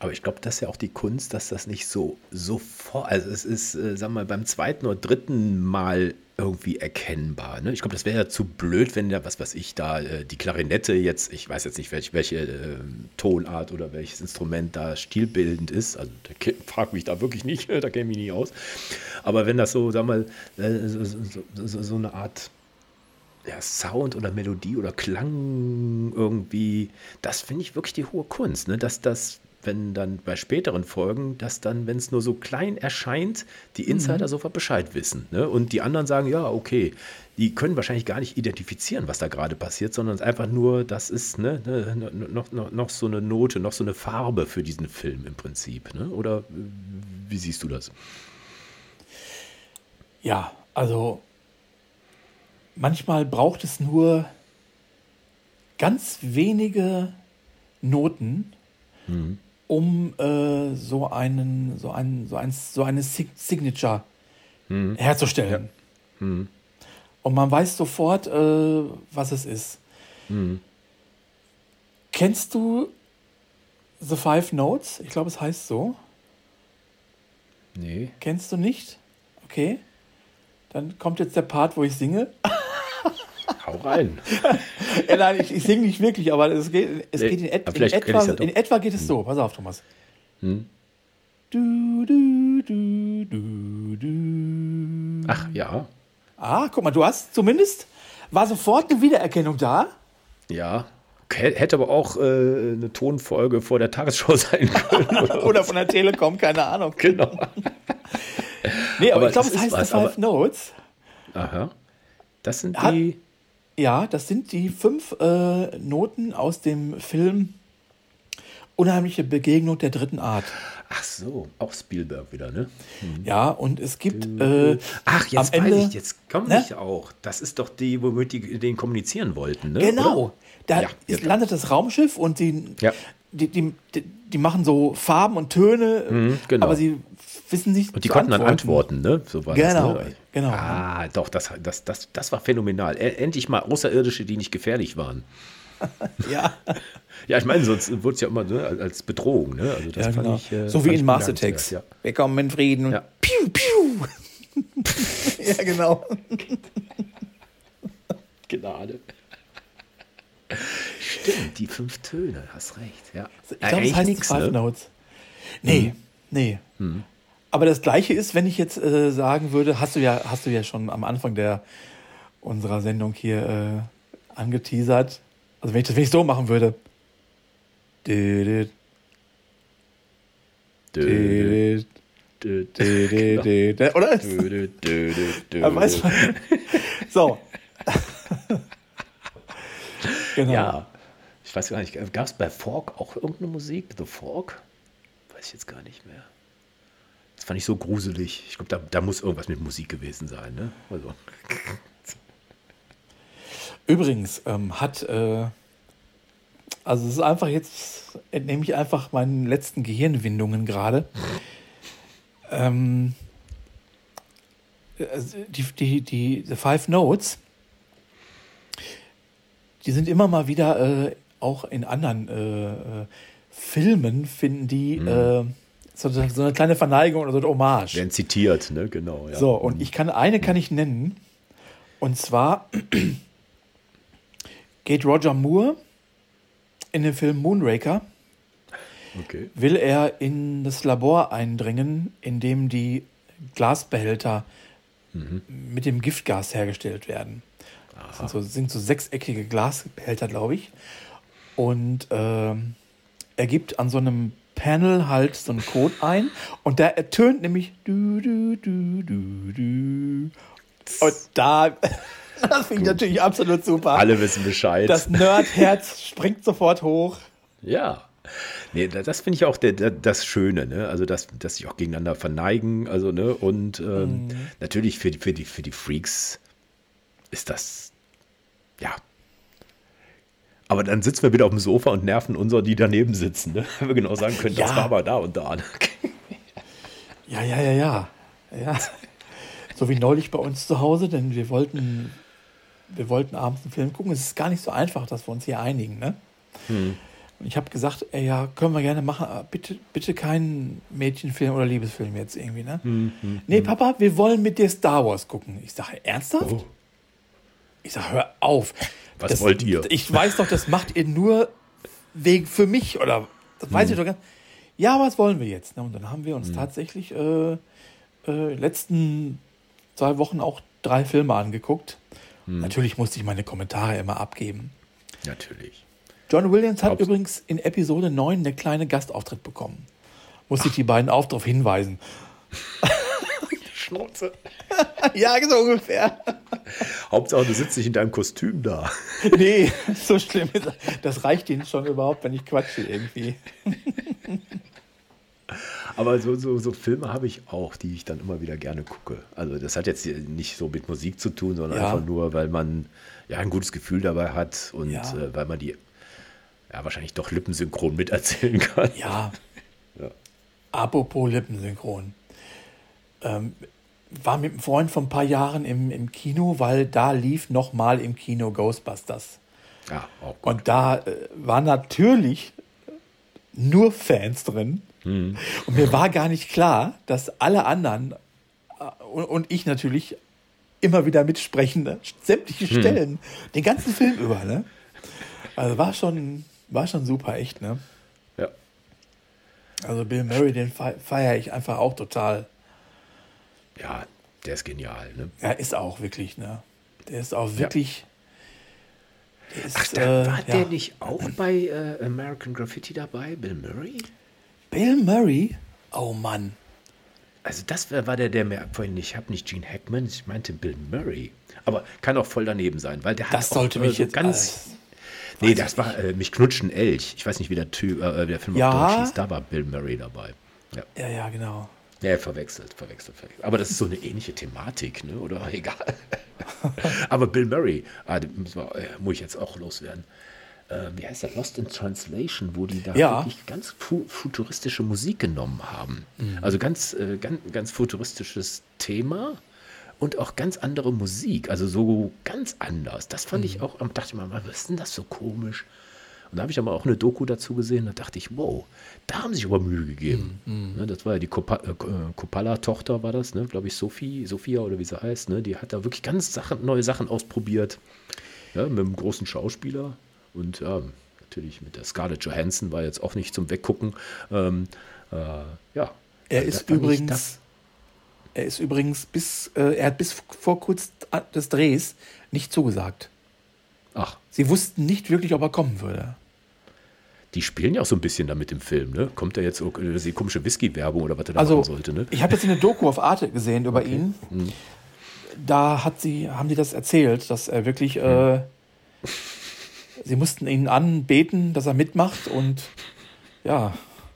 Aber ich glaube, das ist ja auch die Kunst, dass das nicht so sofort, also es ist, äh, sagen wir mal, beim zweiten oder dritten Mal irgendwie erkennbar. Ne? Ich glaube, das wäre ja zu blöd, wenn ja, was weiß ich, da äh, die Klarinette jetzt, ich weiß jetzt nicht, welch, welche äh, Tonart oder welches Instrument da stilbildend ist. Also da frag mich da wirklich nicht, da kenne ich mich nie aus. Aber wenn das so, sagen wir mal, äh, so, so, so, so eine Art ja, Sound oder Melodie oder Klang irgendwie, das finde ich wirklich die hohe Kunst, ne? Dass das, wenn dann bei späteren Folgen, dass dann, wenn es nur so klein erscheint, die Insider sofort Bescheid wissen, ne? Und die anderen sagen, ja, okay, die können wahrscheinlich gar nicht identifizieren, was da gerade passiert, sondern es ist einfach nur, das ist ne, ne, noch, noch, noch so eine Note, noch so eine Farbe für diesen Film im Prinzip, ne? Oder wie siehst du das? Ja, also manchmal braucht es nur ganz wenige Noten, Mhm. um äh, so einen, so einen, so ein, so eine Sig- Signature Mhm. herzustellen. Mhm. Und man weiß sofort, äh, was es ist. Mhm. Kennst du The Five Notes? Ich glaube, es heißt so. Nee. Kennst du nicht? Okay. Dann kommt jetzt der Part, wo ich singe. Hau rein. Ja, nein, ich, ich singe nicht wirklich, aber es geht, es Nee, geht in, et, aber in, vielleicht kenn etwa, ich's ja doch. in etwa geht es so. Pass auf, Thomas. Hm? Du, du, du, du, du. Ach ja, Ah, guck mal, du hast zumindest, war sofort eine Wiedererkennung da. ja. H- Hätte aber auch äh, eine Tonfolge vor der Tagesschau sein können. Oder? Oder von der Telekom, keine Ahnung. Genau. Nee, aber, Aber ich glaube, das es ist heißt was, The Five aber- Notes. Aha. Das sind Hat- die. Ja, das sind die fünf äh, Noten aus dem Film Unheimliche Begegnung der dritten Art. Ach so, auch Spielberg wieder, ne? Ja, und es gibt äh, Ach, jetzt am weiß Ende, ich, jetzt komme ne? ich auch. Das ist doch die, womit die den kommunizieren wollten, ne? Genau, Oder? da Ja, ist, ja. landet das Raumschiff und die, Ja. die, die, die, die machen so Farben und Töne, Mhm, genau. aber sie wissen nicht Und die zu konnten dann antworten, ne? So war Genau, das, ne? genau. Ah, doch, das, das, das, das war phänomenal. E- Endlich mal Außerirdische, die nicht gefährlich waren. Ja, Ja, ich meine, sonst wurde es ja immer ne, als Bedrohung, ne? Also das ja fand genau. ich. äh, so fand wie ich in Mars bemerkenswert, Attacks. Ja. Wir kommen in Frieden und Ja. piu, piu. Ja, genau. Gnade. Stimmt, die fünf Töne, hast recht, ja. Ich glaube, das Eigentlich heißt nix, Five ne? Notes. Nee, nee. Aber das Gleiche ist, wenn ich jetzt äh, sagen würde, hast du ja, hast du ja schon am Anfang der unserer Sendung hier äh, angeteasert. Also wenn ich das wenn ich so machen würde. Dü, dü, Dö, dü, dö, dö, dü, dü, dü. Oder? dö, dö, dö, dö, dö. Ja, weißt du? So. Genau. Ja, ich weiß gar nicht, gab es bei Fork auch irgendeine Musik? The Fork? Weiß ich jetzt gar nicht mehr. Das fand ich so gruselig. Ich glaube, da, da muss irgendwas mit Musik gewesen sein, ne? Also. Übrigens ähm, hat, äh, also es ist einfach jetzt, entnehme ich einfach meinen letzten Gehirnwindungen gerade. Ähm, also die, die, die The Five Notes, die sind immer mal wieder äh, auch in anderen äh, äh, Filmen, finden die äh, so, so eine kleine Verneigung oder so eine Hommage. Werden zitiert, ne? Genau, ja. So, und ich kann, eine kann ich nennen. Und zwar geht Roger Moore in den Film Moonraker, Okay. will er in das Labor eindringen, in dem die Glasbehälter mit dem Giftgas hergestellt werden. Das sind so, sind so sechseckige Glasbehälter, glaube ich. Und ähm, er gibt an so einem Panel halt so einen Code ein und da ertönt nämlich du, du, du, du, du. Und da, das finde ich natürlich absolut super. Alle wissen Bescheid. Das Nerdherz springt sofort hoch. Ja. Nee, da- das finde ich auch der, der, das Schöne, ne? Also, dass, dass sich auch gegeneinander verneigen, also, ne? Und ähm, natürlich für die, für, die, für die Freaks ist das, ja. Aber dann sitzen wir wieder auf dem Sofa und nerven unsere, die daneben sitzen, ne? Wenn wir genau sagen können, das Ja. war aber da und da. Ne? Ja, ja, ja, ja. ja. So wie neulich bei uns zu Hause, denn wir wollten, wir wollten abends einen Film gucken. Es ist gar nicht so einfach, dass wir uns hier einigen, ne? Und ich habe gesagt, ey, ja, können wir gerne machen, aber bitte, bitte keinen Mädchenfilm oder Liebesfilm jetzt irgendwie, ne? Hm, hm, Nee, hm. Papa, wir wollen mit dir Star Wars gucken. Ich sage, ernsthaft? Oh, Ich sage, hör auf. was Das, wollt ihr? Ich weiß doch, das macht ihr nur wegen für mich, oder das weiß ich doch ganz. Ja, was wollen wir jetzt? Ne? Und dann haben wir uns tatsächlich äh, äh, letzten zwei Wochen auch drei Filme angeguckt. Natürlich musste ich meine Kommentare immer abgeben. Natürlich. John Williams hat Glaubst- übrigens in Episode neun eine kleine Gastauftritt bekommen. Muss ich die beiden auch darauf hinweisen. Schnauze. Ja, so ungefähr. Hauptsache, du sitzt nicht in deinem Kostüm da. Nee, so schlimm ist das. Das reicht ihnen schon überhaupt, wenn ich quatsche irgendwie. Aber so, so, so Filme habe ich auch, die ich dann immer wieder gerne gucke. Also das hat jetzt nicht so mit Musik zu tun, sondern Ja. einfach nur, weil man ja ein gutes Gefühl dabei hat und Ja. äh, weil man die ja wahrscheinlich doch lippensynchron miterzählen kann. Ja. Ja. Apropos Lippensynchron. Ähm, war mit einem Freund vor ein paar Jahren im, im Kino, weil da lief nochmal im Kino Ghostbusters. Ja, auch gut. Und da äh, waren natürlich nur Fans drin. Und mir war gar nicht klar, dass alle anderen äh, und, und ich natürlich immer wieder mitsprechen, ne? Sämtliche Stellen, den ganzen Film über. Ne? Also war schon, war schon super, echt. Ne? Ja. Also Bill Murray, den fe- feiere ich einfach auch total. Ja, der ist genial. Ne? Er ist auch wirklich, ne? Der ist auch wirklich. Der ist, Ach, da äh, war ja. der nicht auch bei äh, American Graffiti dabei, Bill Murray? Bill Murray? Oh Mann. Also das war war der, der mir vorhin, ich habe nicht Gene Hackman, ich meinte Bill Murray. Aber kann auch voll daneben sein, weil der Das hat sollte auch, mich so jetzt ganz... alles- Nee, weiß das ich war äh, Mich knutscht ein Elch. Ich weiß nicht, wie der Typ, äh, der Film Ja. auf Deutsch hieß. Da war Bill Murray dabei. Ja, Ja, ja, genau. ja verwechselt, verwechselt, verwechselt. Aber das ist so eine ähnliche Thematik, ne? Oder egal. Aber Bill Murray, ah, den müssen wir, äh, muss ich jetzt auch loswerden. Äh, wie heißt der? Lost in Translation, wo die da Ja. wirklich ganz fu futuristische Musik genommen haben. Also ganz, äh, ganz, ganz futuristisches Thema und auch ganz andere Musik. Also so ganz anders. Das fand ich auch, dachte ich mal, was ist denn das so komisch? Und da habe ich aber auch eine Doku dazu gesehen, da dachte ich, wow, da haben sie sich aber Mühe gegeben. Ne, das war ja die Copa- äh, Coppola-Tochter, war das, ne? Glaube ich, Sophie, Sophia oder wie sie heißt. Ne? Die hat da wirklich ganz Sachen, neue Sachen ausprobiert. Ja, mit einem großen Schauspieler. Und ja, natürlich mit der Scarlett Johansson war jetzt auch nicht zum Weggucken. Ähm, äh, ja. Er Also ist das fand ich übrigens, das- er ist übrigens bis, äh, er hat bis vor kurz des Drehs nicht zugesagt. Ach, Sie wussten nicht wirklich, ob er kommen würde. die spielen ja auch so ein bisschen da mit dem Film, ne? Kommt da jetzt so, äh, die komische Whisky-Werbung oder was er da Also, machen sollte, ne? ich habe jetzt eine Doku auf Arte gesehen über ihn. Da hat sie, haben die das erzählt, dass er wirklich, äh, sie mussten ihn anbeten, dass er mitmacht und ja,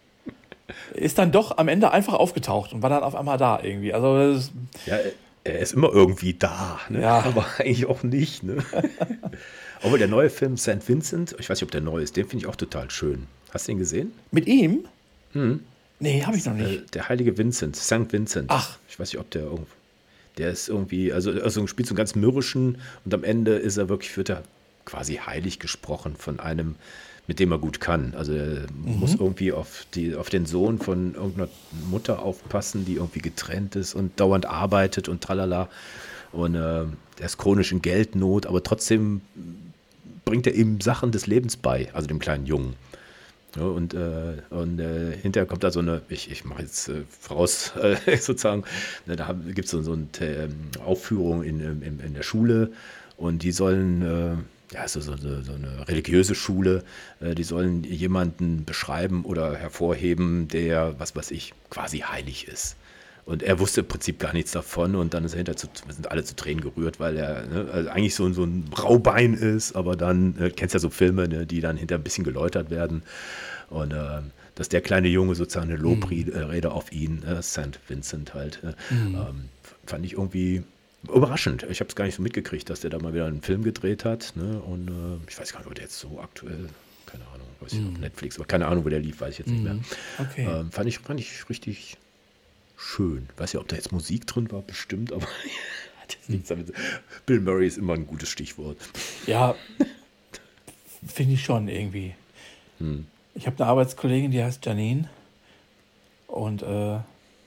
ist dann doch am Ende einfach aufgetaucht und war dann auf einmal da irgendwie. Also das ist, Ja, er- er ist immer irgendwie da, ne? Ja. Aber eigentlich auch nicht. Ne? Aber der neue Film Saint Vincent, ich weiß nicht, ob der neu ist, den finde ich auch total schön. Hast du ihn gesehen? mit ihm? Nee, habe ich noch nicht. Äh, der heilige Vincent, Saint Vincent. Ach. Ich weiß nicht, ob der irgendwo. Der ist irgendwie, also, also spielt so einen ganz mürrischen und am Ende ist er wirklich, wird er quasi heilig gesprochen von einem, mit dem er gut kann. Also er muss irgendwie auf, die, auf den Sohn von irgendeiner Mutter aufpassen, die irgendwie getrennt ist und dauernd arbeitet und tralala. Und äh, er ist chronisch in Geldnot, aber trotzdem bringt er ihm Sachen des Lebens bei, also dem kleinen Jungen. Ja, und äh, und äh, hinterher kommt da so eine, ich, ich mache jetzt äh, voraus äh, sozusagen, ne, da gibt es so, so eine ähm, Aufführung in, in, in der Schule und die sollen, äh, ja, so, so, so so eine religiöse Schule, äh, die sollen jemanden beschreiben oder hervorheben, der, was weiß ich, quasi heilig ist. Und er wusste im Prinzip gar nichts davon und dann ist er hinterher zu, wir sind alle zu Tränen gerührt, weil er ne, also eigentlich so, so ein Raubein ist, aber dann, äh, kennst ja so Filme, ne, die dann hinterher ein bisschen geläutert werden. Und äh, dass der kleine Junge sozusagen eine Lobrede auf ihn, äh, Saint Vincent halt, äh, ähm, fand ich irgendwie überraschend. Ich habe es gar nicht so mitgekriegt, dass der da mal wieder einen Film gedreht hat. Ne? Und äh, ich weiß gar nicht, ob der jetzt so aktuell, keine Ahnung, weiß ich, auf Netflix, aber keine Ahnung, wo der lief, weiß ich jetzt nicht mehr. Okay. Ähm, fand, ich, fand ich richtig schön. Weiß ja, ob da jetzt Musik drin war, bestimmt, aber hat jetzt nichts damit. Bill Murray ist immer ein gutes Stichwort. Ja, finde ich schon irgendwie. Ich habe eine Arbeitskollegin, die heißt Janine. Und äh,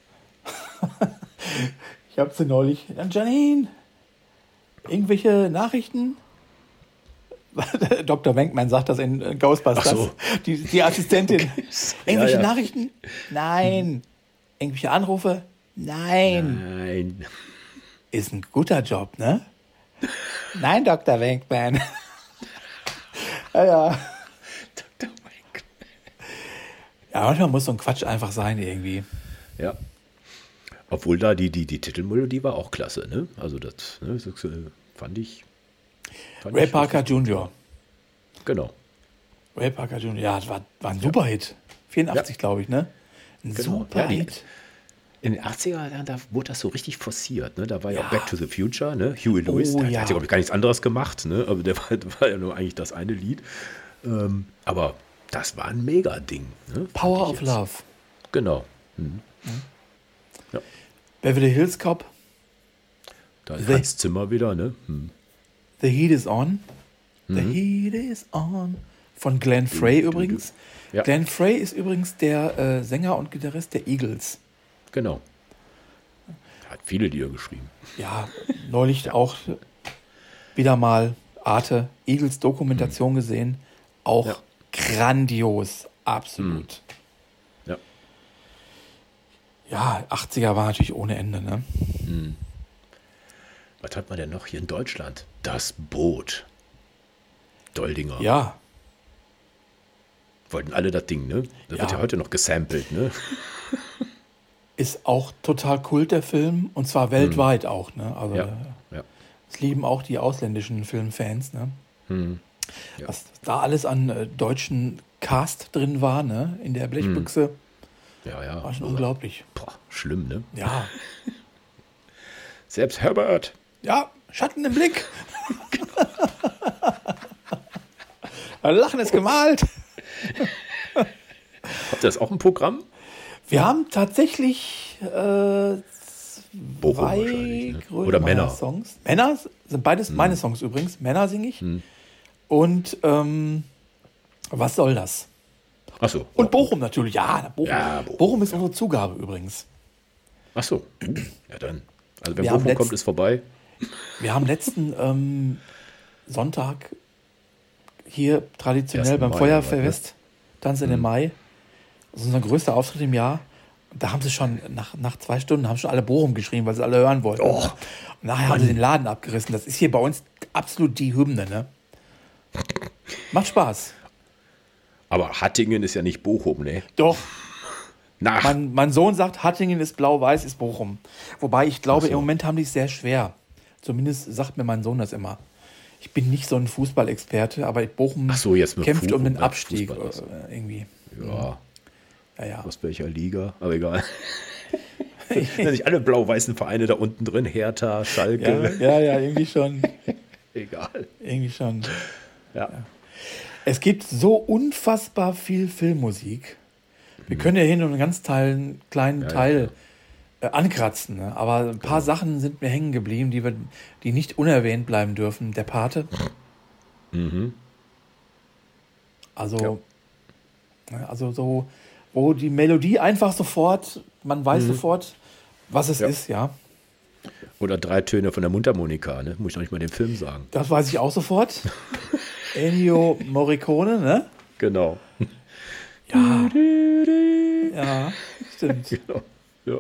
ich habe sie neulich. Dann Janine, irgendwelche Nachrichten? Doktor Wenkman sagt das in Ghostbusters. Ach so. Die, die Assistentin. Okay. Irgendwelche Ja, ja. Nachrichten? Nein. Irgendwelche Anrufe? Nein. Nein. Ist ein guter Job, ne? Nein, Doktor Wenkman. ja, ja. Doktor Mike. Ja, manchmal muss so ein Quatsch einfach sein irgendwie. Ja. Obwohl da die, die, die Titelmelodie war auch klasse, ne? Also das, ne, das äh, fand ich. Fand Ray ich Parker richtig- Junior Genau. Ray Parker Junior Ja, das war, war ein Superhit. vierundachtzig, Ja. glaube ich, ne? Ein Genau. Ja, die- Superhit. In den achtziger Jahren, da wurde das so richtig forciert. Ne? Da war ja, Ja. auch Back to the Future, ne? Huey Lewis, Oh, der, ja. der hat ja, glaube ich, gar nichts anderes gemacht. Ne? Aber der war, war ja nur eigentlich das eine Lied. Ähm, aber das war ein Mega-Ding. Ne? Power Fand of ich jetzt. Love. Genau. Mhm. Beverly Hills Cop. Da ist The- Hans Zimmer wieder. Ne? Hm. The Heat is On. The Mhm. Heat is On. Von Glenn Frey du, du. übrigens. Ja. Glenn Frey ist übrigens der äh, Sänger und Gitarrist der Eagles. Genau. Hat viele Lieder geschrieben. Ja, neulich auch wieder mal Arte Eagles Dokumentation gesehen. Auch Ja. grandios. Absolut. Ja. Ja, achtziger war natürlich ohne Ende, ne? Was hat man denn noch hier in Deutschland? Das Boot. Doldinger. Ja, Wollten alle das Ding, ne? Das wird Ja. ja heute noch gesampelt, ne? ist auch total Kult, der Film. Und zwar weltweit auch, ne? Also, Ja. äh, Ja. das lieben auch die ausländischen Filmfans, ne? Hm. Ja. Was da alles an äh, deutschen Cast drin war, ne? In der Blechbüchse. Ja, ja. War schon Also, unglaublich. boah, schlimm, ne? Ja. Selbst Herbert. Ja, Schatten im Blick. Lachen ist gemalt. Habt ihr das auch im Programm? Wir haben tatsächlich äh, Bochum zwei wahrscheinlich, ne? Grönemeyer Oder Männer. Songs. Männer sind beides meine Songs übrigens. Männer singe ich. Hm. Und ähm, was soll das? Achso. Und Bochum natürlich. Ja, Bochum. Ja, Bochum, Bochum ist unsere Zugabe übrigens. Achso. Ja, dann. Also, wenn Wir haben Bochum letzt- kommt, ist vorbei. Wir haben letzten ähm, Sonntag hier traditionell ersten beim Mai, Feuerwehrfest, Tanz Mhm. in den Mai. Das ist unser größter Auftritt im Jahr. Und da haben sie schon, nach, nach zwei Stunden, haben schon alle Bochum geschrien, weil sie alle hören wollten. Oh, und nachher haben sie den Laden abgerissen. Das ist hier bei uns absolut die Hymne, ne? Macht Spaß. Aber Hattingen ist ja nicht Bochum, ne? Doch, Nach. mein, mein Sohn sagt, Hattingen ist blau-weiß, ist Bochum. Wobei ich glaube, Ach so. im Moment haben die es sehr schwer. Zumindest sagt mir mein Sohn das immer. Ich bin nicht so ein Fußballexperte, aber Bochum Ach so, jetzt mit kämpft um den Bochum, ja, Abstieg Fußball, also. äh, irgendwie. Ja, Ja, ja. aus welcher Liga? Aber egal. Sind nicht alle blau-weißen Vereine da unten drin? Hertha, Ja, Schalke? ja, ja, irgendwie schon. Egal. Irgendwie schon. Ja. Es gibt so unfassbar viel Filmmusik. Wir können ja hier nur einen ganz teilen, kleinen Ja, ja, Teil äh, ankratzen. Ne? Aber ein paar Sachen sind mir hängen geblieben, die, wir, die nicht unerwähnt bleiben dürfen. Der Pate. Mhm. Also, ne, also so, wo die Melodie einfach sofort, man weiß sofort, was es Ja. ist, ja. Oder drei Töne von der Mundharmonika, ne? Muss ich noch nicht mal den Film sagen. Das weiß ich auch sofort. Ennio Morricone, ne? Genau. Ja. Ja, stimmt. Genau. Ja.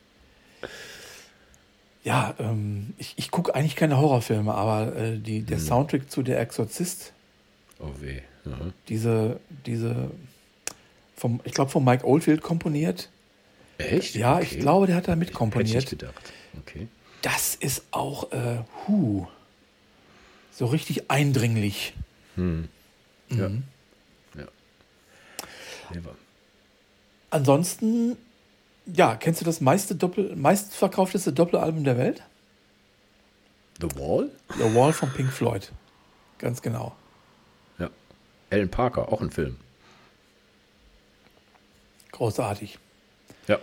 Ja, ähm, ich, ich gucke eigentlich keine Horrorfilme, aber äh, die, der Hm. Soundtrack zu Der Exorzist, Oh weh. Aha. diese, diese vom, ich glaube, von Mike Oldfield komponiert. Echt? Ja, Okay. ich glaube, der hat da Hätte ich mitkomponiert. nicht gedacht. Okay. Das ist auch, äh, hu, so richtig eindringlich. Hm. Ja. Mhm. Ja. Never. Ansonsten, ja, kennst du das meiste Doppel, meistverkaufteste Doppelalbum der Welt? The Wall? The Wall von Pink Floyd. Ganz genau. Ja. Alan Parker, auch ein Film. Großartig. Ja.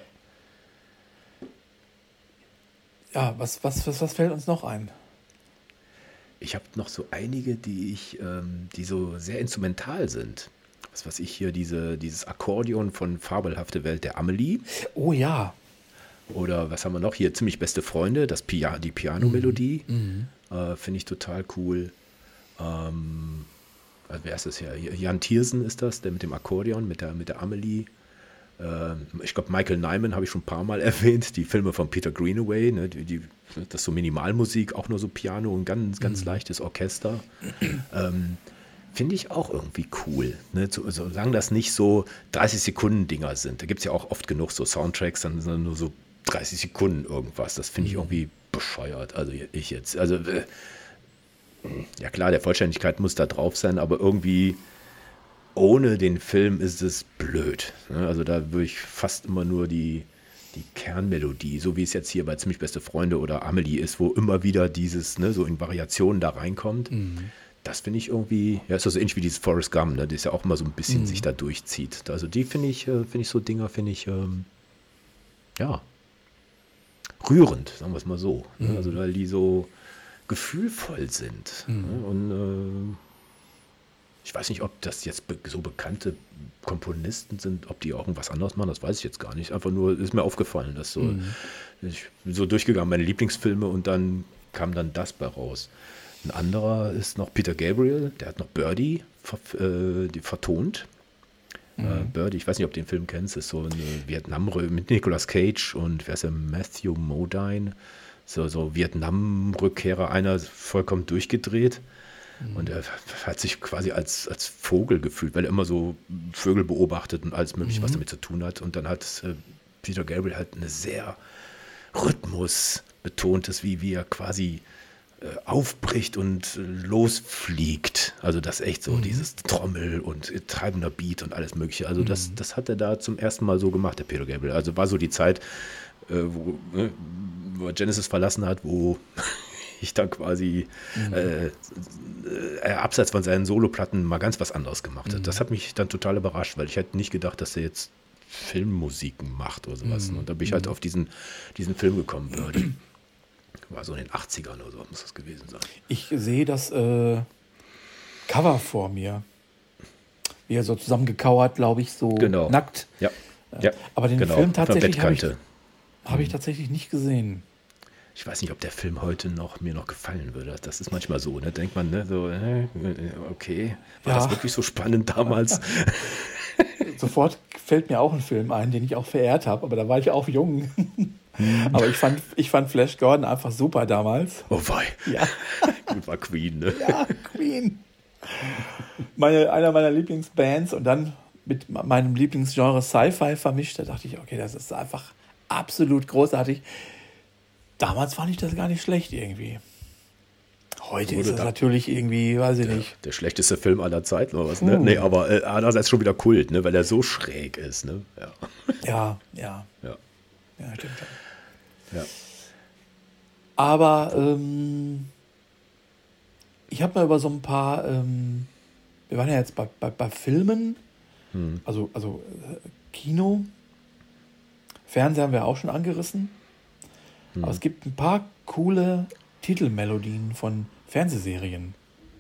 Ja, was, was, was, was fällt uns noch ein? Ich habe noch so einige, die ich, ähm, die so sehr instrumental sind. was weiß ich hier, diese, dieses Akkordeon von Fabelhafte Welt der Amelie. Oh ja. Oder was haben wir noch hier? Ziemlich beste Freunde, das Pia die Piano-Melodie. Mhm. Äh, Finde ich total cool. Ähm, also wer ist das hier? Jan Tiersen ist das, der mit dem Akkordeon, mit der, mit der Amelie. Ähm, ich glaube, Michael Nyman habe ich schon ein paar Mal erwähnt. Die Filme von Peter Greenaway, ne, die, die, das ist so Minimalmusik, auch nur so Piano und ganz, ganz mhm. leichtes Orchester. ähm, Finde ich auch irgendwie cool. Ne? So, solange das nicht so dreißig Sekunden Dinger sind. Da gibt es ja auch oft genug so Soundtracks, dann sind nur so dreißig Sekunden irgendwas. Das finde ich irgendwie bescheuert. Also ich jetzt, also äh, ja klar, der Vollständigkeit muss da drauf sein, aber irgendwie ohne den Film ist es blöd. Ne? Also da würde ich fast immer nur die, die Kernmelodie, so wie es jetzt hier bei Ziemlich Beste Freunde oder Amelie ist, wo immer wieder dieses, ne, so in Variationen da reinkommt. Mhm. Das finde ich irgendwie, ja, ist so ähnlich wie dieses Forrest Gump, ne, das ja auch immer so ein bisschen mhm. sich da durchzieht. Also die finde ich, äh, finde ich so Dinger, finde ich, ähm, ja, rührend, sagen wir es mal so. Mhm. Ne? Also weil die so gefühlvoll sind. Mhm. Ne? Und äh, ich weiß nicht, ob das jetzt be- so bekannte Komponisten sind, ob die auch irgendwas anderes machen, das weiß ich jetzt gar nicht. Einfach nur, ist mir aufgefallen, dass so, mhm. ich bin so durchgegangen, meine Lieblingsfilme und dann kam dann das bei raus. Ein anderer ist noch Peter Gabriel, der hat noch Birdie ver- äh, die vertont. Mhm. Äh, Birdie, ich weiß nicht, ob du den Film kennst, ist so eine Vietnam mit Nicolas Cage und wer ist der, Matthew Modine, so, so Vietnam-Rückkehrer, einer vollkommen durchgedreht. Mhm. Und er hat sich quasi als, als Vogel gefühlt, weil er immer so Vögel beobachtet und alles mögliche, mhm. was damit zu tun hat. Und dann hat äh, Peter Gabriel halt eine sehr rhythmusbetontes, wie, wie er quasi aufbricht und losfliegt. Also das echt so, mhm. dieses Trommel und treibender Beat und alles mögliche. Also mhm. das, das hat er da zum ersten Mal so gemacht, der Peter Gabriel. Also war so die Zeit, äh, wo, ne, wo er Genesis verlassen hat, wo ich dann quasi mhm. äh, äh, abseits von seinen Soloplatten mal ganz was anderes gemacht hat. Mhm. Das hat mich dann total überrascht, weil ich hätte nicht gedacht, dass er jetzt Filmmusiken macht oder sowas. Mhm. Und da bin ich halt auf diesen, diesen Film gekommen, Birdie. War so in den achtzigern oder so, muss das gewesen sein. Ich sehe das äh, Cover vor mir. Wie er so zusammengekauert, glaube ich, so genau. nackt. Ja. ja. Aber den genau. Film tatsächlich habe ich, hab ich tatsächlich nicht gesehen. Ich weiß nicht, ob der Film heute noch mir noch gefallen würde. Das ist manchmal so, ne? Denkt man, ne, so, äh, okay, war ja. das wirklich so spannend damals? Sofort fällt mir auch ein Film ein, den ich auch verehrt habe, aber da war ich auch jung. Aber ich fand, ich fand Flash Gordon einfach super damals. Oh wei. Ja. Gut, war Queen, ne? Ja, Queen. Meine, einer meiner Lieblingsbands und dann mit meinem Lieblingsgenre Sci-Fi vermischt. Da dachte ich, okay, das ist einfach absolut großartig. Damals fand ich das gar nicht schlecht irgendwie. Heute ist das da natürlich irgendwie, weiß ich der, nicht. Der schlechteste Film aller Zeiten oder was, ne? Uh. Nee, aber äh, andererseits schon wieder Kult, ne? Weil er so schräg ist, ne? Ja, ja. Ja, ja. ja stimmt. Ja. Aber ähm, ich habe mal über so ein paar, ähm, wir waren ja jetzt bei, bei, bei Filmen, hm. also, also äh, Kino, Fernseher haben wir auch schon angerissen. Hm. Aber es gibt ein paar coole Titelmelodien von Fernsehserien.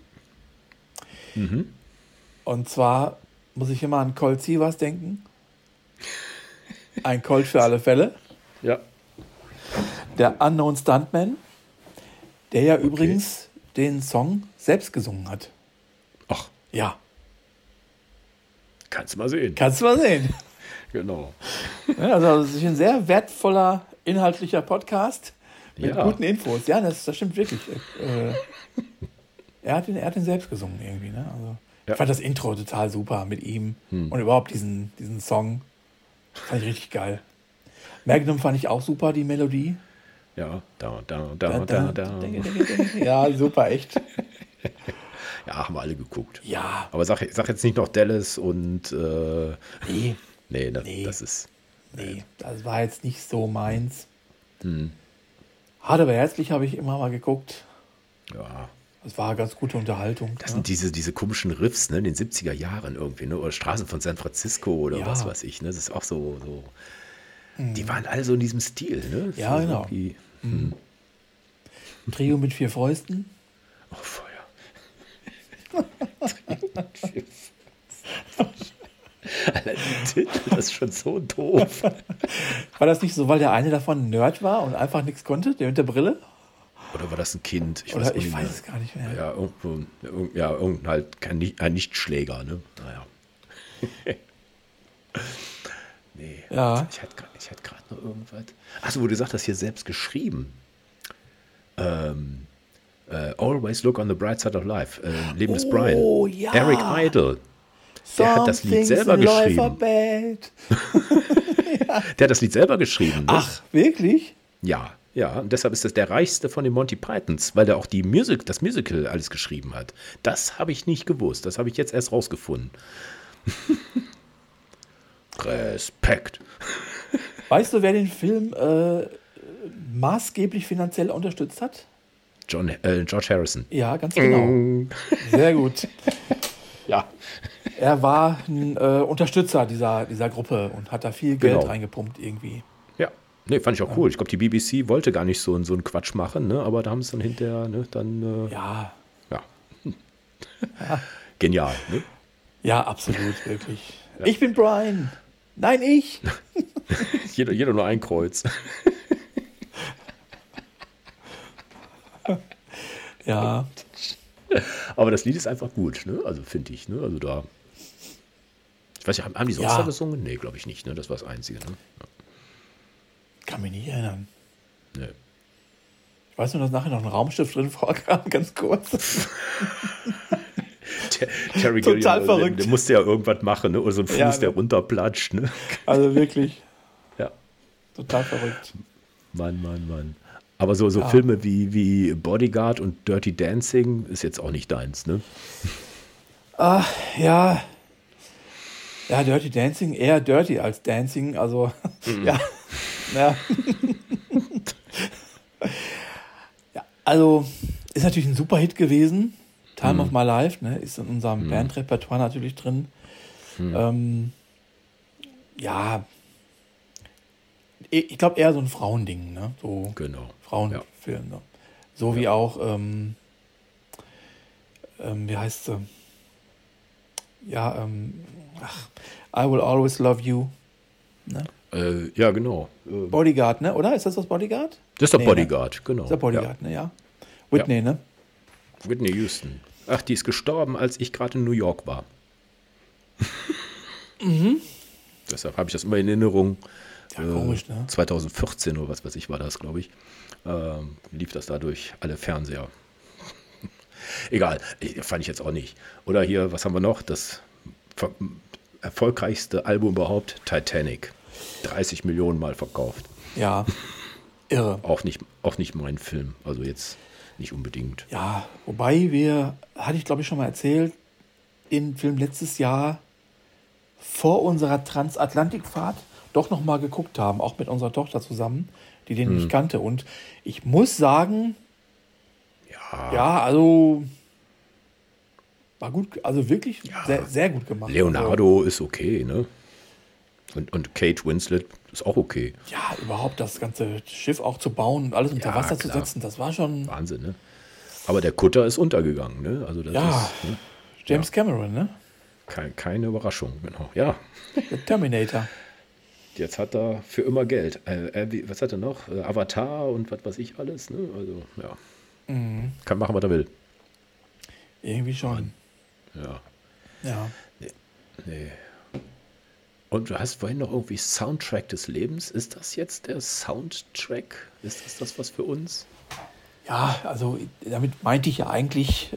Mhm. Und zwar muss ich immer an Colt Sievers denken. Ein Colt für alle Fälle. Ja. Der Unknown Stuntman, der ja okay. übrigens den Song selbst gesungen hat. Ach. Ja. Kannst du mal sehen. Kannst du mal sehen. Genau. Ja, also das ist ein sehr wertvoller, inhaltlicher Podcast mit ja. guten Infos. Ja, das, das stimmt wirklich. Äh, er, hat den, er hat den selbst gesungen irgendwie. Ne? Also, ja. Ich fand das Intro total super mit ihm hm. und überhaupt diesen, diesen Song. Fand ich richtig geil. Magnum fand ich auch super, die Melodie. Ja, da, da, da, da, da. da. Ja, super, echt. Ja, haben wir alle geguckt. Ja. Aber sag, sag jetzt nicht noch Dallas und äh, nee. Nee, das, nee, das ist... Nee, das war jetzt nicht so meins. Hm. Hart aber herzlich habe ich immer mal geguckt. Ja. Das war eine ganz gute Unterhaltung. Das ja. sind diese, diese komischen Riffs, ne, in den siebziger Jahren irgendwie, ne? Oder Straßen von San Francisco oder ja. was weiß ich. Ne? Das ist auch so... so hm. Die waren alle so in diesem Stil. Ne? Ja, so genau. Hm. Hm. Trio mit vier Fäusten. Oh, Feuer. Trio mit vier Fäusten. Titel, das ist schon so doof. War das nicht so, weil der eine davon ein Nerd war und einfach nichts konnte, der mit der Brille? Oder war das ein Kind? Ich, Oder weiß, ich weiß es gar nicht mehr. Ja, irgendwo, ja, irgendein halt kein, ein Nichtschläger, ne? Naja. Nee, ja. ich hatte ich hatte gerade noch irgendwas. Achso, wo du sagst, das hier selbst geschrieben. Ähm, uh, Always Look on the Bright Side of Life. Äh, Leben des oh, Brian. Ja. Eric Idle. Der hat das Lied selber geschrieben. ja. Der hat das Lied selber geschrieben. Ne? Ach, wirklich? Ja, ja. Und deshalb ist das der reichste von den Monty Pythons, weil der auch die Music, das Musical alles geschrieben hat. Das habe ich nicht gewusst. Das habe ich jetzt erst rausgefunden. Respekt. Weißt du, wer den Film äh, maßgeblich finanziell unterstützt hat? John, äh, George Harrison. Ja, ganz genau. Sehr gut. Ja. Er war ein äh, Unterstützer dieser, dieser Gruppe und hat da viel Geld Genau. reingepumpt irgendwie. Ja, nee, fand ich auch cool. Ich glaube, die B B C wollte gar nicht so, so einen Quatsch machen, ne? Aber da haben sie dann hinterher, ne, dann, äh, Ja. ja. ja. Genial, ne? Ja, absolut, wirklich. Ja. Ich bin Brian. Nein, ich. jeder, jeder nur ein Kreuz. Ja. Aber das Lied ist einfach gut, ne? Also finde ich, ne? Also da. Ich weiß nicht, haben, haben die sonst ja. da gesungen? Nee, glaube ich nicht, ne? Das war das Einzige, ne? Ja. Kann mich nicht erinnern. Nee. Ich weiß nur, dass nachher noch ein Raumschiff drin vorkam, ganz kurz. Der, Terry Total Gilliam, verrückt. Der, der musste ja irgendwas machen, ne? Oder so ein Fuß, ja, ne? der runterplatscht, ne? Also wirklich. Ja. Total verrückt. Mann, Mann, Mann. Aber so, so ja. Filme wie, wie Bodyguard und Dirty Dancing ist jetzt auch nicht deins, ne? Ach, ja. Ja, Dirty Dancing, eher Dirty als Dancing, also, mhm. ja. ja. ja. Also, ist natürlich ein super Hit gewesen. Time mhm. of My Life, ne? Ist in unserem mhm. Bandrepertoire natürlich drin. Mhm. Ähm, ja. Ich glaube eher so ein Frauending, ne? So genau. Frauenfilm. Ja. Ne? So ja. wie auch, ähm, ähm, wie heißt sie? Ja, ähm, ach, I Will Always Love You. Ne? Äh, ja, genau. Ähm, Bodyguard, ne? Oder? Ist das das Bodyguard? Das ist der nee, Bodyguard, ne? genau. Das ist der Bodyguard, ja. ne? Ja. Whitney, ja. ne? Whitney Houston. Ach, die ist gestorben, als ich gerade in New York war. mhm. Deshalb habe ich das immer in Erinnerung. Ja, komisch, ne? zwanzig vierzehn oder was weiß ich war das, glaube ich. Ähm, lief das da durch alle Fernseher. Egal, fand ich jetzt auch nicht. Oder hier, was haben wir noch? Das ver- erfolgreichste Album überhaupt, Titanic. dreißig Millionen Mal verkauft. Ja, irre. Auch nicht, auch nicht mein Film, also jetzt nicht unbedingt. Ja, wobei wir, hatte ich glaube ich schon mal erzählt, im Film letztes Jahr vor unserer Transatlantikfahrt doch noch mal geguckt haben, auch mit unserer Tochter zusammen, die den hm. nicht kannte. Und ich muss sagen, ja, ja also war gut, also wirklich ja. sehr, sehr gut gemacht. Leonardo also, ist okay, ne? Und, und Kate Winslet ist auch okay. Ja, überhaupt das ganze Schiff auch zu bauen und alles unter ja, Wasser klar. zu setzen, das war schon... Wahnsinn, ne? Aber der Kutter ist untergegangen, ne? Also das ja, ist, ne? James ja. Cameron, ne? Kein, keine Überraschung, genau. Ja. Der Terminator. Jetzt hat er für immer Geld. Äh, was hat er noch? Äh, Avatar und was weiß ich alles, ne? Also, ja. Mhm. Kann machen, was er will. Irgendwie schon. Ja. Ja. Nee. nee. Und du hast vorhin noch irgendwie Soundtrack des Lebens. Ist das jetzt der Soundtrack? Ist das das was für uns? Ja, also damit meinte ich ja eigentlich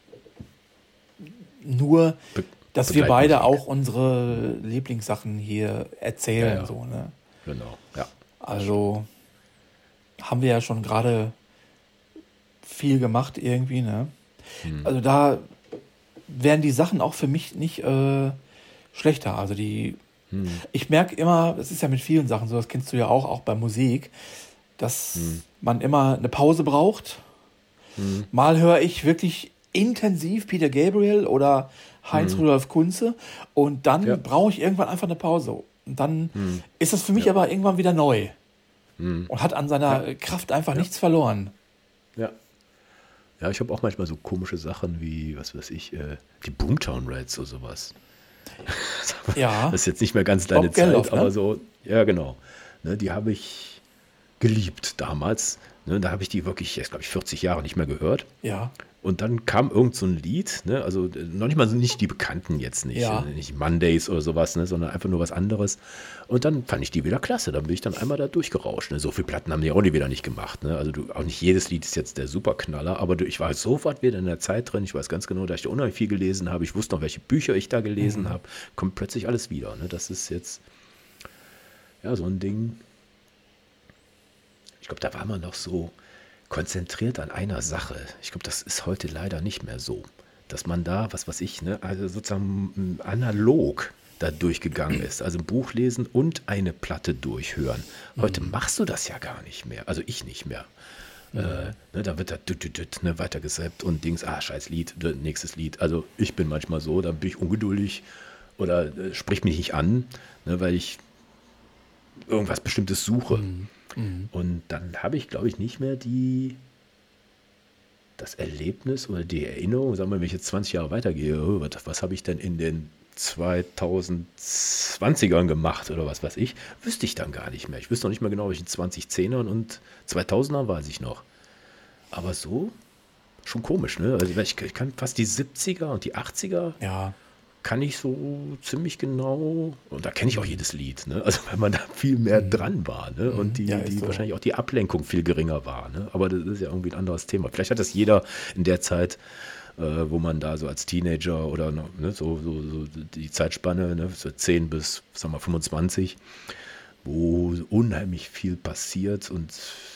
nur, Be- dass wir beide auch unsere Lieblingssachen hier erzählen. Ja, ja. So, ne? Genau, ja. Also haben wir ja schon gerade viel gemacht irgendwie. Ne? Hm. Also da werden die Sachen auch für mich nicht äh, schlechter. Also die hm. ich merke immer, das ist ja mit vielen Sachen so, das kennst du ja auch, auch bei Musik, dass hm. man immer eine Pause braucht. Hm. Mal höre ich wirklich intensiv Peter Gabriel oder Heinz hm. Rudolf Kunze und dann ja. brauche ich irgendwann einfach eine Pause. Und dann hm. ist das für mich ja. aber irgendwann wieder neu hm. und hat an seiner ja. Kraft einfach ja. nichts verloren. Ja. Ja, ich habe auch manchmal so komische Sachen wie, was weiß ich, äh, die Boomtown Rats oder sowas. Ja. Das ist jetzt nicht mehr ganz deine Bob Geldof, Zeit, ne? aber so, ja genau. Ne, die habe ich geliebt damals. Ne, da habe ich die wirklich, jetzt glaube ich, vierzig Jahre nicht mehr gehört. Ja. Und dann kam irgend so ein Lied, ne, also äh, noch nicht mal so nicht die Bekannten jetzt nicht, Ja. äh, nicht Mondays oder sowas, ne, sondern einfach nur was anderes. Und dann fand ich die wieder klasse. Dann bin ich dann einmal da durchgerauscht. Ne. So viele Platten haben die auch nie wieder nicht gemacht. Ne. Also du, auch nicht jedes Lied ist jetzt der Superknaller, aber du, ich war sofort wieder in der Zeit drin. Ich weiß ganz genau, dass ich da unheimlich viel gelesen habe. Ich wusste noch, welche Bücher ich da gelesen Mhm. habe. Kommt plötzlich alles wieder. Ne. Das ist jetzt ja so ein Ding. Ich glaube, da war man noch so konzentriert an einer Sache. Ich glaube, das ist heute leider nicht mehr so. Dass man da, was weiß ich, ne, also sozusagen mm, analog da durchgegangen ist. Also ein Buch lesen und eine Platte durchhören. Heute machst du das ja gar nicht mehr. Also ich nicht mehr. Äh, ne, da wird da düt, düt, düt, ne, weitergesappt und Dings, ah, scheiß Lied, d- nächstes Lied. Also ich bin manchmal so, da bin ich ungeduldig oder äh, sprich mich nicht an, ne, weil ich irgendwas Bestimmtes suche. Mhm. Und dann habe ich, glaube ich, nicht mehr die, das Erlebnis oder die Erinnerung, sagen wir, wenn ich jetzt zwanzig Jahre weitergehe, oh, was, was habe ich denn in den zweitausendzwanzigern gemacht oder was weiß ich, wüsste ich dann gar nicht mehr. Ich wüsste noch nicht mehr genau, welche zweitausendzehnern und zweitausender weiß ich noch. Aber so, schon komisch, ne? Also ich, ich kann fast die siebziger und die achtziger Ja. kann ich so ziemlich genau, und da kenne ich auch jedes Lied, ne? Also weil man da viel mehr dran war, ne? Und die, Ja, ist die so. wahrscheinlich auch die Ablenkung viel geringer war, ne? Aber das ist ja irgendwie ein anderes Thema. Vielleicht hat das jeder in der Zeit, äh, wo man da so als Teenager oder noch, ne, so, so, so die Zeitspanne, ne, so zehn bis, sagen wir, fünfundzwanzig, wo unheimlich viel passiert und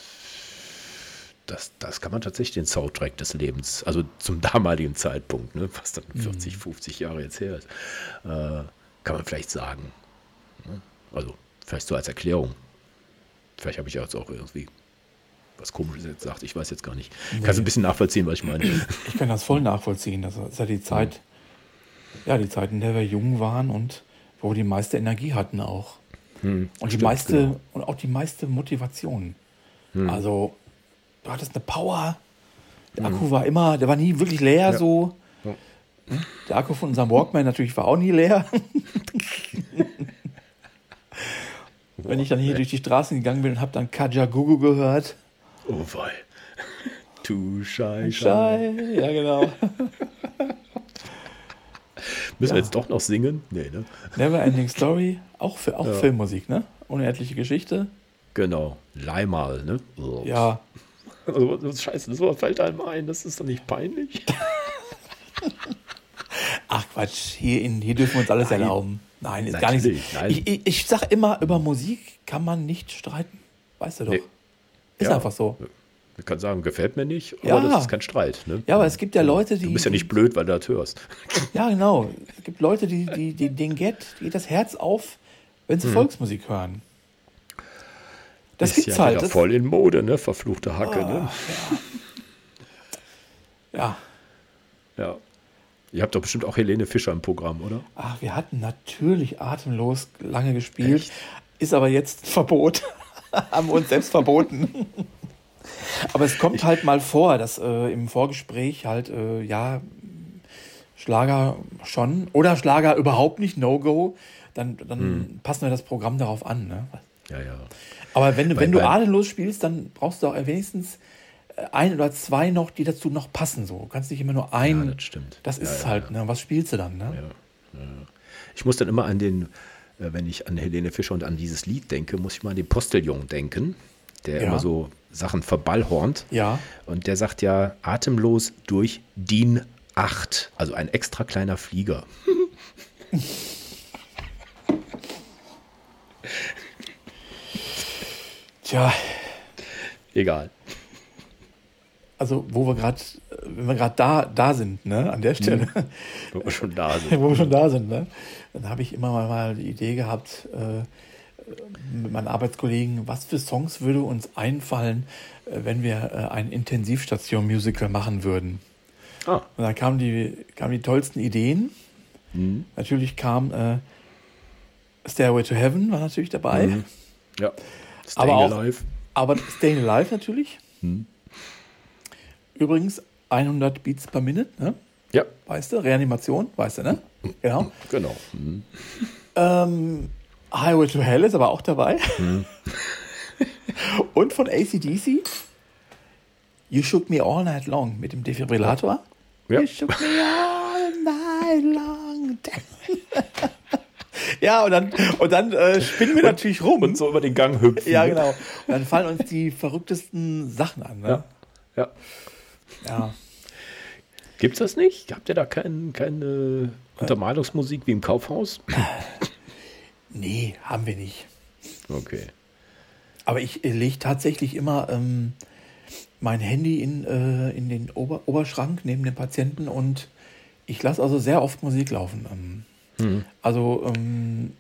das, das kann man tatsächlich den Soundtrack des Lebens, also zum damaligen Zeitpunkt, ne, was dann vierzig, fünfzig Jahre jetzt her ist, äh, kann man vielleicht sagen. Ne? Also vielleicht so als Erklärung. Vielleicht habe ich ja jetzt auch irgendwie was Komisches jetzt gesagt, ich weiß jetzt gar nicht. Kannst du ein bisschen nachvollziehen, was ich meine? Ich kann das voll nachvollziehen. Das ist ja die Zeit, ja, die Zeit, in der wir jung waren und wo wir die meiste Energie hatten auch. Hm, Und die stimmt, meiste, genau. und auch die meiste Motivation. Also, du hattest eine Power, der Akku war immer, der war nie wirklich leer Ja. so. Ja. Der Akku von unserem Walkman natürlich war auch nie leer. Wenn ich dann hier durch die Straßen gegangen bin und habe dann Kajagoogoo gehört. Oh wei. Du Schei, Schei. Schei, ja genau. Müssen Ja. wir jetzt doch noch singen? Nee, ne? Never Ending Story, auch, für, auch Ja. Filmmusik, ne? Unendliche Geschichte. Genau. Leimal, ne? Oh. Ja, Also, das Scheiße, das fällt einem ein, das ist doch nicht peinlich. ach Quatsch, hier, in, hier dürfen wir uns alles Nein. erlauben. Nein, ist gar nicht so. Natürlich, nein. Ich, ich, ich sag immer, über Musik kann man nicht streiten. Weißt du doch. Nee. Ist Ja. einfach so. Ich kann sagen, gefällt mir nicht, aber Ja. das ist kein Streit. Ne? Ja, aber es gibt ja Leute, die. Du bist ja nicht blöd, weil du das hörst. Ja, genau. Es gibt Leute, die, die, die denen geht, geht das Herz auf, wenn sie Hm. Volksmusik hören. Das ist gibt's ja halt. wieder Das, voll in Mode, ne? Verfluchte Hacke, ne? ja. Ja. Ihr habt doch bestimmt auch Helene Fischer im Programm, oder? Ach, wir hatten natürlich atemlos lange gespielt. Echt? Ist aber jetzt ein Verbot. Haben wir uns selbst verboten. Aber es kommt halt mal vor, dass äh, im Vorgespräch halt, äh, ja, Schlager schon oder Schlager überhaupt nicht, No-Go. Dann, dann Hm. passen wir das Programm darauf an. Ne? Ja, ja. Aber wenn, du- Bei- wenn du bei- atemlos spielst, dann brauchst du auch wenigstens äh, ein oder zwei noch, die dazu noch passen. So. Du kannst nicht immer nur ein. Ja, das stimmt. Das Ja, ist ja, halt, ne? Was spielst du dann? Ne? Ja, ja. Ich muss dann immer an den, äh, wenn ich an Helene Fischer und an dieses Lied denke, muss ich mal an den Postillon denken, der Ja. immer so Sachen verballhornt. Ja. Und der sagt ja, atemlos durch D I N acht, also ein extra kleiner Flieger. Tja, Egal. also wo wir gerade, wenn wir gerade da, da sind, ne, an der Stelle, Wo wir schon da sind. wo wir schon da sind, ne, dann habe ich immer mal die Idee gehabt, äh, mit meinen Arbeitskollegen, was für Songs würde uns einfallen, äh, wenn wir äh, ein Intensivstation-Musical machen würden. Ah, Und dann kamen die, kamen die tollsten Ideen. mhm. Natürlich kam äh, Stairway to Heaven, war natürlich dabei. Mhm. Ja. Staying Aber auch- Alive. Aber Staying Alive natürlich. Hm. Übrigens hundert Beats per Minute, ne? Ja. Weißt du, Reanimation, weißt du, ne? Genau. Genau. Mhm. Ähm, Highway to Hell ist aber auch dabei. Mhm. Und von A C D C You Shook Me All Night Long mit dem Defibrillator. Ja. You shook me all night long. Ja, und dann, und dann äh, spinnen wir natürlich rum. Und so über den Gang hüpfen. Ja, genau. Und dann fallen uns die verrücktesten Sachen an. Ne? Ja. Ja. Ja. Gibt's das nicht? Habt ihr da kein, keine Untermalungsmusik wie im Kaufhaus? Nee, haben wir nicht. Okay. Aber ich äh, lege tatsächlich immer ähm, mein Handy in, äh, in den Ober- Oberschrank neben dem Patienten und ich lasse also sehr oft Musik laufen. Ähm, mhm. Also, ähm,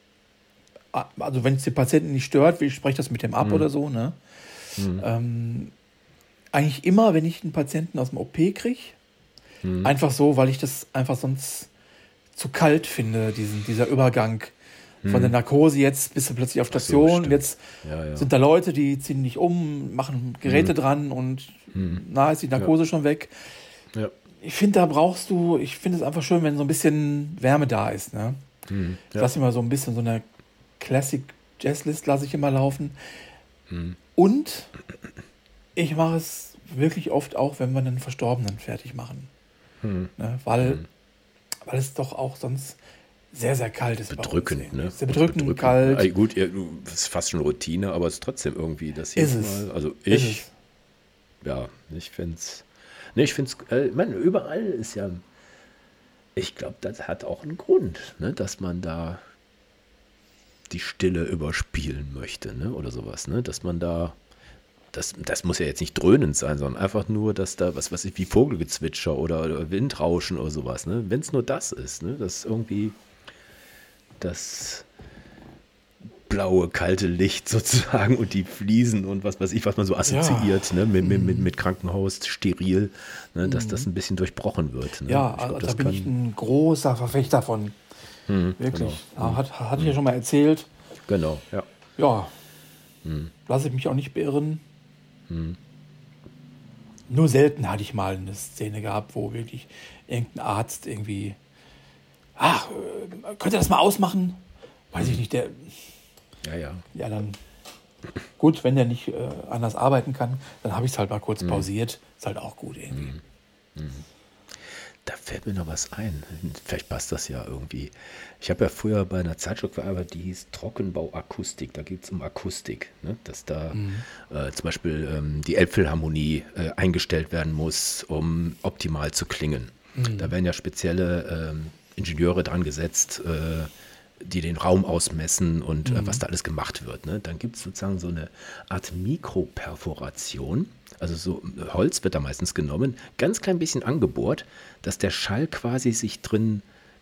also wenn es den Patienten nicht stört, ich spreche das mit dem ab mhm. oder so. Ne? Mhm. Ähm, eigentlich immer, wenn ich einen Patienten aus dem O P kriege, mhm. einfach so, weil ich das einfach sonst zu kalt finde, diesen, dieser Übergang. Von der Narkose jetzt bist du plötzlich auf Station. So, jetzt ja, ja. sind da Leute, die ziehen dich um, machen Geräte mhm. dran und mhm. na, ist die Narkose ja. schon weg. Ja. Ich finde, da brauchst du, ich finde es einfach schön, wenn so ein bisschen Wärme da ist. Ne? Mhm. Ja. Ich lasse immer so ein bisschen so eine Classic Jazzlist lasse ich immer laufen. Mhm. Und ich mache es wirklich oft auch, wenn wir einen Verstorbenen fertig machen. Mhm. Ne? Weil, mhm. weil es doch auch sonst sehr, sehr kalt ist. Bedrückend, ne? Sehr bedrückend, bedrückend. kalt. Also gut, ja, das ist fast schon Routine, aber es ist trotzdem irgendwie das jedes Mal. Also ich, ja, ich finde es, ne, ich finde es, äh, man, überall ist ja, ich glaube, das hat auch einen Grund, ne, dass man da die Stille überspielen möchte, ne, oder sowas, ne, dass man da, das, das muss ja jetzt nicht dröhnend sein, sondern einfach nur, dass da, was weiß ich, wie Vogelgezwitscher oder, oder Windrauschen oder sowas, ne, wenn es nur das ist, ne, das irgendwie das blaue, kalte Licht sozusagen und die Fliesen und was weiß ich, was man so assoziiert, ja. ne, mit, mit, mit, mit Krankenhaus, steril, ne, dass das ein bisschen durchbrochen wird. Ne. Ja, ich glaub, da bin ich ein großer Verfechter von. Hm, Wirklich. Genau. Ja, hat, hatte ich ja schon mal erzählt. Genau, ja. Ja, hm. lasse ich mich auch nicht beirren. Hm. Nur selten hatte ich mal eine Szene gehabt, wo wirklich irgendein Arzt irgendwie ach, könnt ihr das mal ausmachen? Weiß ich nicht, der. Ja, ja. Ja, dann. Gut, wenn der nicht äh, anders arbeiten kann, dann habe ich es halt mal kurz mhm. pausiert. Ist halt auch gut irgendwie. Mhm. Da fällt mir noch was ein. Vielleicht passt das ja irgendwie. Ich habe ja früher bei einer Zeitschrift gearbeitet, die hieß Trockenbauakustik. Da geht es um Akustik. Ne? Dass da mhm. äh, zum Beispiel ähm, die Elbphilharmonie äh, eingestellt werden muss, um optimal zu klingen. Mhm. Da werden ja spezielle ähm, Ingenieure dran gesetzt, äh, die den Raum ausmessen und mhm. äh, was da alles gemacht wird. Ne? Dann gibt es sozusagen so eine Art Mikroperforation. Also so Holz wird da meistens genommen, ganz klein bisschen angebohrt, dass der Schall quasi sich drin,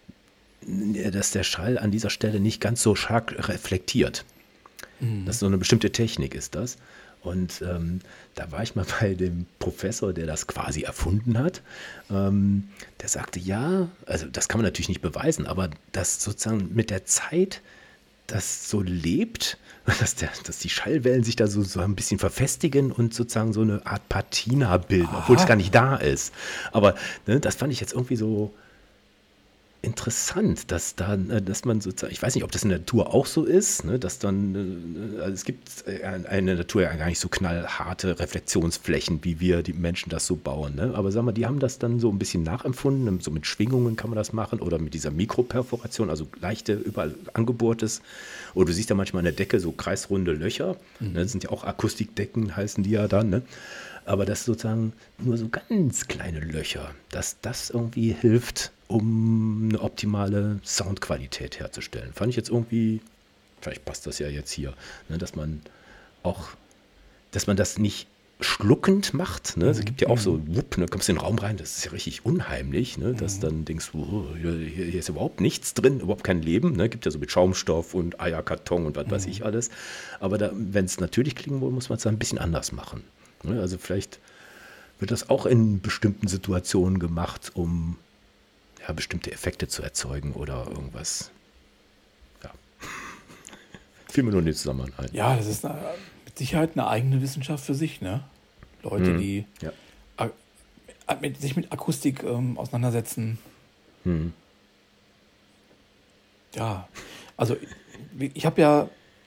dass der Schall an dieser Stelle nicht ganz so stark reflektiert. Mhm. Das ist so eine bestimmte Technik ist das. Und ähm, da war ich mal bei dem Professor, der das quasi erfunden hat. Ähm, der sagte, ja, also das kann man natürlich nicht beweisen, aber dass sozusagen mit der Zeit das so lebt, dass, der, dass die Schallwellen sich da so, so ein bisschen verfestigen und sozusagen so eine Art Patina bilden, Aha. obwohl es gar nicht da ist. Aber ne, das fand ich jetzt irgendwie so interessant, dass da, dass man sozusagen, ich weiß nicht, ob das in der Natur auch so ist, ne, dass dann, also es gibt in der Natur ja gar nicht so knallharte Reflexionsflächen, wie wir die Menschen das so bauen, ne? Aber sag mal, die haben das dann so ein bisschen nachempfunden, so mit Schwingungen kann man das machen oder mit dieser Mikroperforation, also leichte, überall angebohrtes, oder du siehst ja manchmal in der Decke so kreisrunde Löcher, mhm. ne, das sind ja auch Akustikdecken, heißen die ja dann, ne? Aber das sozusagen nur so ganz kleine Löcher, dass das irgendwie hilft, um eine optimale Soundqualität herzustellen. Fand ich jetzt irgendwie, vielleicht passt das ja jetzt hier, ne, dass man auch, dass man das nicht schluckend macht. Ne? Mhm. Es gibt ja auch so, wupp, ne, kommst in den Raum rein, das ist ja richtig unheimlich, ne? Dass mhm. dann denkst, oh, hier, hier ist überhaupt nichts drin, überhaupt kein Leben. Ne? Gibt ja so mit Schaumstoff und Eierkarton und was mhm. weiß ich alles. Aber wenn es natürlich klingen will, muss man es dann ein bisschen anders machen. Ne? Also vielleicht wird das auch in bestimmten Situationen gemacht, um ja, bestimmte Effekte zu erzeugen oder irgendwas. Ja. Fiel mir nur nicht zusammen ein. Ja, das ist eine, mit Sicherheit eine eigene Wissenschaft für sich, ne? Leute, hm. die. Ja. mit, sich mit Akustik ähm, auseinandersetzen. Hm. Ja, also ich, ich habe ja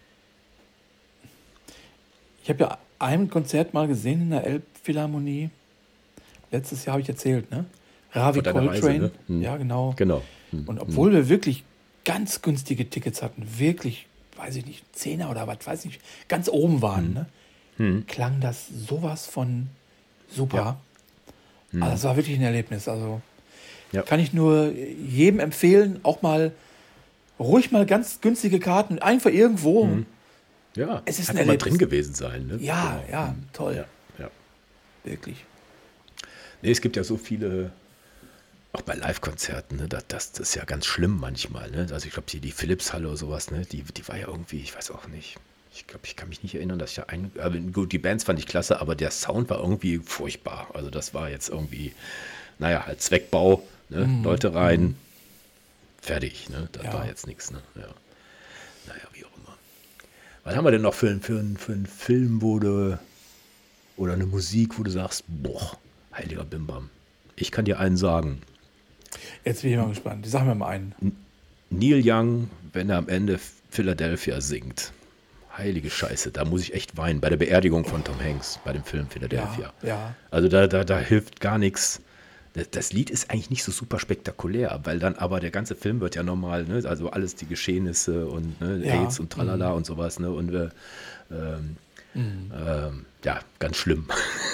ich habe ja ein Konzert mal gesehen in der Elbphilharmonie. Letztes Jahr habe ich erzählt, ne? Ravi Von deiner Coltrane. Reise, ne? Hm. Ja, genau. Genau. Hm. Und obwohl wir wirklich ganz günstige Tickets hatten, wirklich, weiß ich nicht, Zehner oder was, weiß ich nicht, ganz oben waren, ne? Hm. Klang das sowas von super. Ja. Hm. Also das war wirklich ein Erlebnis. Also Ja. kann ich nur jedem empfehlen, auch mal ruhig mal ganz günstige Karten, einfach irgendwo. Hm. Ja, Es ist ein einfach mal Erlebnis. drin gewesen sein. Ne? Ja, Genau. ja, Hm. toll. Ja, ja. Wirklich. Nee, es gibt ja so viele, auch bei Live-Konzerten, ne, das, das, das ist ja ganz schlimm manchmal. Ne? Also ich glaube, die, die Philips-Halle oder sowas, ne, die, die war ja irgendwie, ich weiß auch nicht. Ich glaube, ich kann mich nicht erinnern, dass ich da ein. Aber gut, die Bands fand ich klasse, aber der Sound war irgendwie furchtbar. Also das war jetzt irgendwie, naja, halt Zweckbau, ne? Mhm. Leute rein, fertig. Ne? Das Ja. war jetzt nichts. Ne? Ja. Naja, wie auch immer. Was haben wir denn noch für, einen- für, einen- für einen Film, wo du, oder eine Musik, wo du sagst, boah, heiliger Bimbam. Ich kann dir einen sagen. Jetzt bin ich mal gespannt. Sag mir mal einen. Neil Young, wenn er am Ende Philadelphia singt. Heilige Scheiße, da muss ich echt weinen. Bei der Beerdigung von Tom Hanks, bei dem Film Philadelphia. Ja, ja. Also da, da, da hilft gar nichts. Das, das Lied ist eigentlich nicht so super spektakulär, weil dann aber der ganze Film wird ja normal, ne? Also alles die Geschehnisse und ne, Ja. AIDS und tralala und sowas. Ne? Und äh, ähm, ähm, ja, ganz schlimm.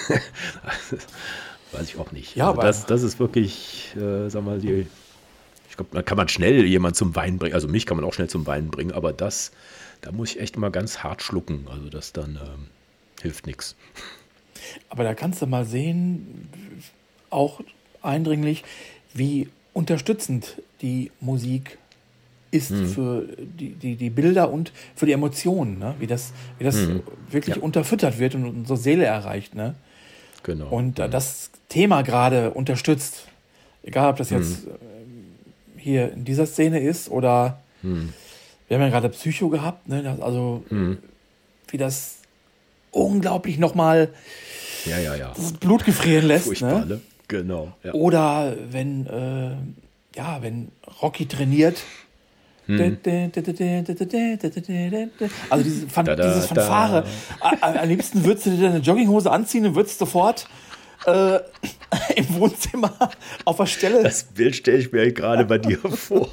Weiß ich auch nicht. Ja, also aber- das, das ist wirklich, äh, sag mal, die, ich glaube, da kann man schnell jemanden zum Weinen bringen. Also mich kann man auch schnell zum Weinen bringen, aber das, da muss ich echt mal ganz hart schlucken. Also das dann ähm, hilft nichts. Aber da kannst du mal sehen, auch eindringlich, wie unterstützend die Musik ist für die, die, die Bilder und für die Emotionen, ne? Wie das, wie das wirklich Ja. unterfüttert wird und unsere Seele erreicht. Ne? Genau. Und äh, das Thema gerade unterstützt, egal ob das jetzt ähm, hier in dieser Szene ist oder wir haben ja gerade Psycho gehabt, ne? das, also wie das unglaublich nochmal ja, ja, ja. das Blut gefrieren lässt. Furchtbar, Ne? ne? Genau. Ja. Oder wenn, äh, ja, wenn Rocky trainiert. Also diese Fan Da, da, dieses Fanfare. A- Am liebsten würdest du dir eine Jogginghose anziehen und würdest sofort äh, im Wohnzimmer auf der Stelle. Das Bild stelle ich mir gerade bei dir vor.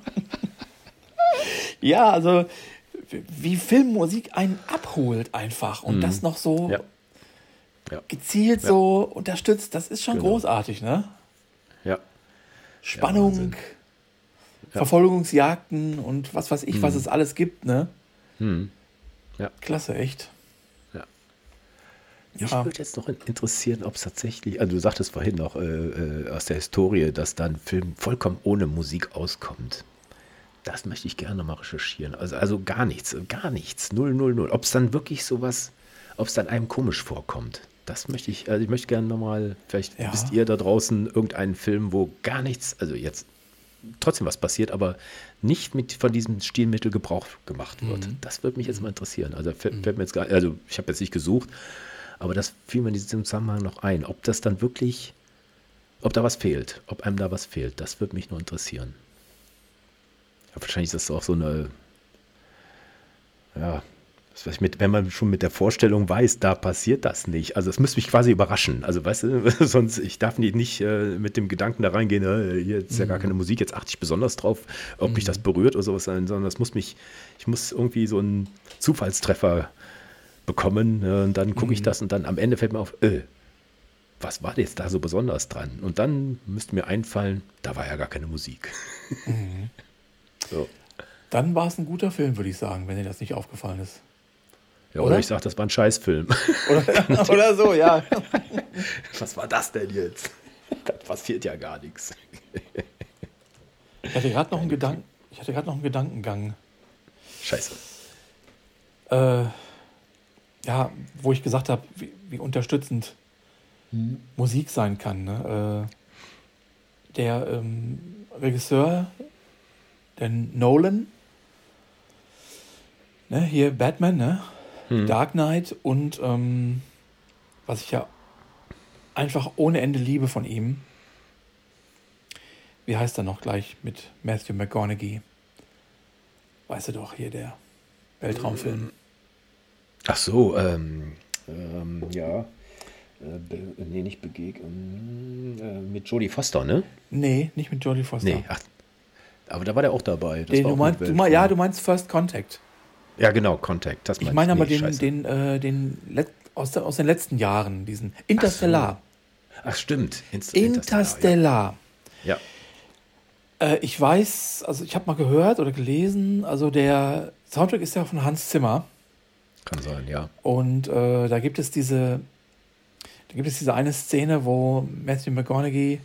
Ja, also wie Filmmusik einen abholt einfach und das noch so Ja. Ja. gezielt so unterstützt, das ist schon Genau. großartig, ne? Ja. Spannung, Wahnsinn. Verfolgungsjagden und was weiß ich, was es alles gibt, ne? Ja. Klasse, echt. Ja. Mich Ja. würde jetzt noch interessieren, ob es tatsächlich, also du sagtest vorhin noch äh, äh, aus der Historie, dass da ein Film vollkommen ohne Musik auskommt. Das möchte ich gerne mal recherchieren. Also, also gar nichts, gar nichts, null, null, null. Ob es dann wirklich sowas, ob es dann einem komisch vorkommt. Das möchte ich, also ich möchte gerne nochmal, vielleicht Ja. wisst ihr da draußen irgendeinen Film, wo gar nichts, also jetzt trotzdem was passiert, aber nicht mit von diesem Stilmittel Gebrauch gemacht wird. Das würde mich jetzt mal interessieren. Also fällt, fällt mir jetzt gar, also ich habe jetzt nicht gesucht, aber das fiel mir in diesem Zusammenhang noch ein. Ob das dann wirklich, ob da was fehlt, ob einem da was fehlt, das würde mich nur interessieren. Ja, wahrscheinlich ist das auch so eine, ja, was weiß ich, mit, wenn man schon mit der Vorstellung weiß, da passiert das nicht. Also das müsste mich quasi überraschen. Also weißt du, sonst, ich darf nicht, nicht äh, mit dem Gedanken da reingehen, äh, hier ist ja gar keine Musik, jetzt achte ich besonders drauf, ob mich das berührt oder sowas sein, sondern das muss mich, ich muss irgendwie so einen Zufallstreffer bekommen äh, und dann gucke ich das und dann am Ende fällt mir auf, äh, was war jetzt da so besonders dran? Und dann müsste mir einfallen, da war ja gar keine Musik. So. Dann war es ein guter Film, würde ich sagen, wenn dir das nicht aufgefallen ist. Ja, oder, Oder? ich sage, das war ein Scheißfilm. Oder, oder so, ja. Was war das denn jetzt? Da passiert ja gar nichts. Ich hatte gerade noch einen Gedanken, ich hatte gerade noch einen Gedankengang. Scheiße. Äh, ja, wo ich gesagt habe, wie, wie unterstützend Musik sein kann. Ne? Äh, der ähm, Regisseur, der Nolan, ne, hier Batman, ne? Dark Knight und ähm, was ich ja einfach ohne Ende Liebe von ihm. Wie heißt er noch gleich mit Matthew McConaughey? Weißt du doch, hier der Weltraumfilm. Ach so, ähm, ähm, ja. Äh, be, nee, nicht Begegnung. Äh, mit Jodie Foster, ne? Nee, nicht mit Jodie Foster. Nee, ach, aber da war der auch dabei. Das den, war du auch meinst, mit du mein, ja, du meinst First Contact. Ja, genau, Contact. Das Ich meine aber nee, den, scheiße. den, äh, den Let aus, der, aus den letzten Jahren, diesen Interstellar. Ach, so. Ach stimmt. Inst- Interstellar. Ja. ja. Äh, ich weiß, also ich habe mal gehört oder gelesen, also der Soundtrack ist ja von Hans Zimmer. Kann sein, ja. Und äh, da gibt es diese, da gibt es diese eine Szene, wo Matthew McConaughey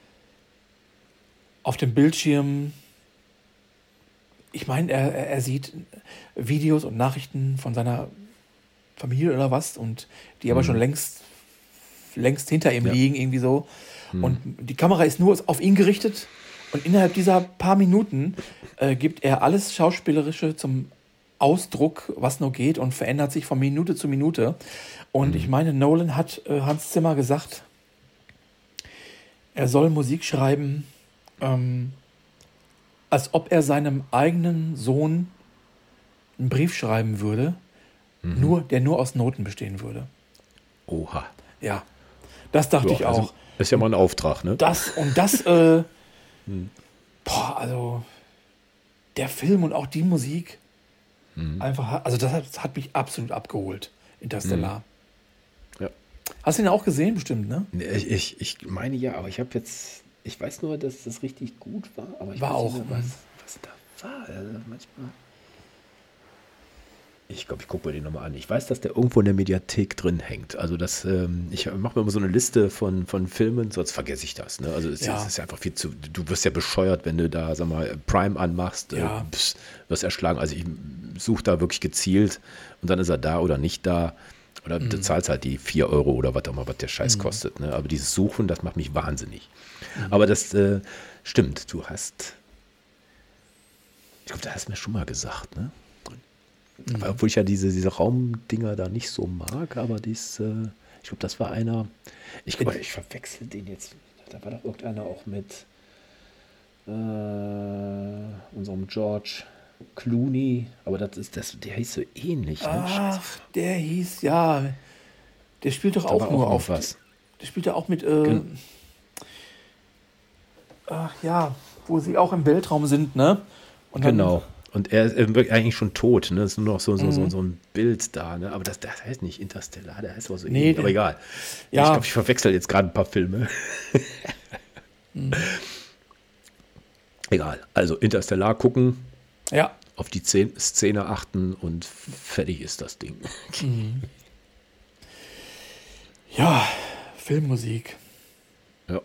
auf dem Bildschirm, ich meine, er, er sieht Videos und Nachrichten von seiner Familie oder was, und die aber Mhm. schon längst, längst hinter ihm Ja. liegen, irgendwie so. Mhm. Und die Kamera ist nur auf ihn gerichtet, und innerhalb dieser paar Minuten äh, gibt er alles Schauspielerische zum Ausdruck, was nur geht, und verändert sich von Minute zu Minute. Und Mhm. ich meine, Nolan hat äh, Hans Zimmer gesagt, er soll Musik schreiben, ähm, als ob er seinem eigenen Sohn einen Brief schreiben würde, Mhm. nur, der nur aus Noten bestehen würde. Oha. Ja, das dachte Ja, ich also auch. ist ja mal ein Auftrag, ne? Das und das, äh, Hm. boah, also der Film und auch die Musik, Mhm. einfach, also das hat, das hat mich absolut abgeholt, Interstellar. Ja. Hast du ihn auch gesehen, bestimmt, ne? Nee, Ich, ich, ich meine ja, aber ich habe jetzt, ich weiß nur, dass das richtig gut war, aber ich War weiß auch, nicht mehr, was, mhm. was da war. Also manchmal. Ich glaube, ich gucke mir den nochmal an. Ich weiß, dass der irgendwo in der Mediathek drin hängt. Also das, ähm, ich mache mir immer so eine Liste von, von Filmen, sonst vergesse ich das. Ne? Also es, Ja. es ist ja einfach viel zu. Du wirst ja bescheuert, wenn du da, sag mal, Prime anmachst, Ja. äh, pss, wirst erschlagen. Also ich suche da wirklich gezielt und dann ist er da oder nicht da. Oder du zahlst halt die vier Euro oder was auch immer, was der Scheiß kostet. Ne? Aber dieses Suchen, das macht mich wahnsinnig. Aber das äh, stimmt, du hast. Ich glaube, da hast du mir schon mal gesagt, ne? Weil, obwohl ich ja diese, diese Raumdinger da nicht so mag, aber dies, äh, ich glaube, das war einer. Ich glaube, ich verwechsel den jetzt. Da war doch irgendeiner auch mit äh, unserem George Clooney, aber das ist das, der hieß so ähnlich. Ne? Ach, der hieß, ja, der spielt doch Da auch war nur auch noch auf, was. der spielt ja auch mit, äh, Gen- ach ja, wo sie auch im Weltraum sind, ne? Und dann- Genau. Und er ist äh, eigentlich schon tot, ne? Es ist nur noch so, so, so, Mhm. so ein Bild da, ne? Aber das, das heißt nicht Interstellar, der heißt aber so Nee, ähnlich. der- Aber egal. Ja. Ich glaube, ich verwechsel jetzt gerade ein paar Filme. Egal. Also Interstellar gucken, Ja, auf die Szene, Szene achten und fertig ist das Ding. ja, Filmmusik. Ja.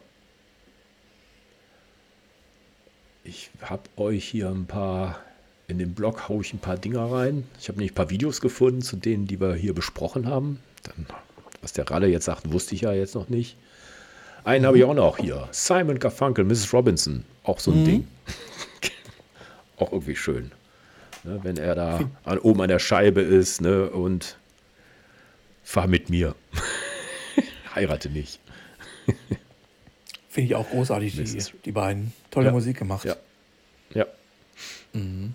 Ich habe euch hier ein paar, in den Blog haue ich ein paar Dinger rein. Ich habe nämlich ein paar Videos gefunden zu denen, die wir hier besprochen haben. Dann, was der Ralle jetzt sagt, wusste ich ja jetzt noch nicht. Einen habe ich auch noch hier. Simon Garfunkel, Missus Robinson. Auch so ein Mhm. Ding. Auch irgendwie schön. Ne, wenn er da an, oben an der Scheibe ist, ne, und fahr mit mir. Heirate nicht. Finde ich auch großartig, die, Mist. die beiden. Tolle Ja. Musik gemacht. Ja. Ja. Mhm.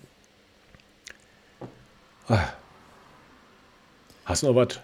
Ah. Hast du noch was?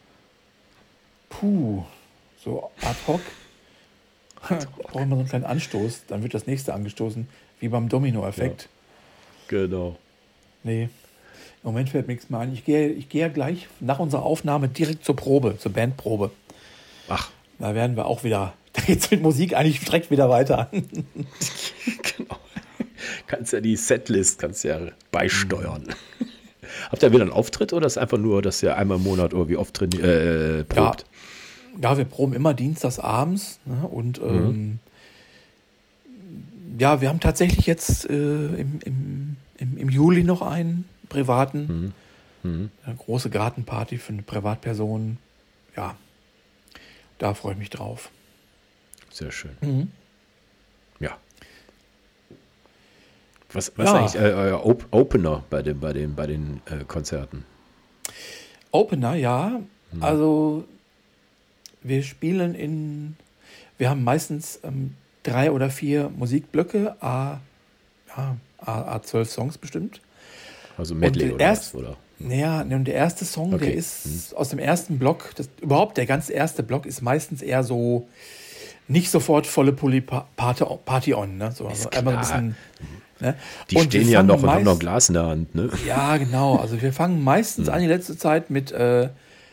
Puh, so ad hoc. Brauchen wir so einen kleinen Anstoß, dann wird das nächste angestoßen, wie beim Domino-Effekt. Genau. Nee, im Moment fällt mir nichts mehr ein. Ich gehe, ich gehe ja gleich nach unserer Aufnahme direkt zur Probe, zur Bandprobe. Ach, Da werden wir auch wieder, da geht es mit Musik eigentlich direkt wieder weiter. genau. Kannst ja die Setlist kannst ja beisteuern. Habt ihr wieder einen Auftritt oder ist einfach nur, dass ihr einmal im Monat irgendwie oft traini- äh, probt? Ja, wir proben immer dienstags abends. Ne? Und ähm, ja, wir haben tatsächlich jetzt äh, im, im, im, im Juli noch einen privaten, Mhm. eine große Gartenparty für eine Privatperson. Ja, da freue ich mich drauf. Sehr schön. Mhm. Ja. Was, was Ja. ist eigentlich äh, euer Op Opener bei, dem, bei, den, bei den äh, Konzerten? Opener, ja. Also wir spielen in, wir haben meistens ähm, drei oder vier Musikblöcke, a, ja, a, a zwölf Songs bestimmt. Also Medley Und oder erst- was, oder? Naja, und der erste Song, Okay. der ist aus dem ersten Block, das, überhaupt der ganz erste Block ist meistens eher so, nicht sofort volle Pulle Pa- Party, Party on, ne? So, also einmal ein klar. bisschen, ne? Die Und wir stehen ja fangen noch und haben noch meist- Glas in der Hand, ne? Ja, genau. Also wir fangen meistens an die letzte Zeit mit äh,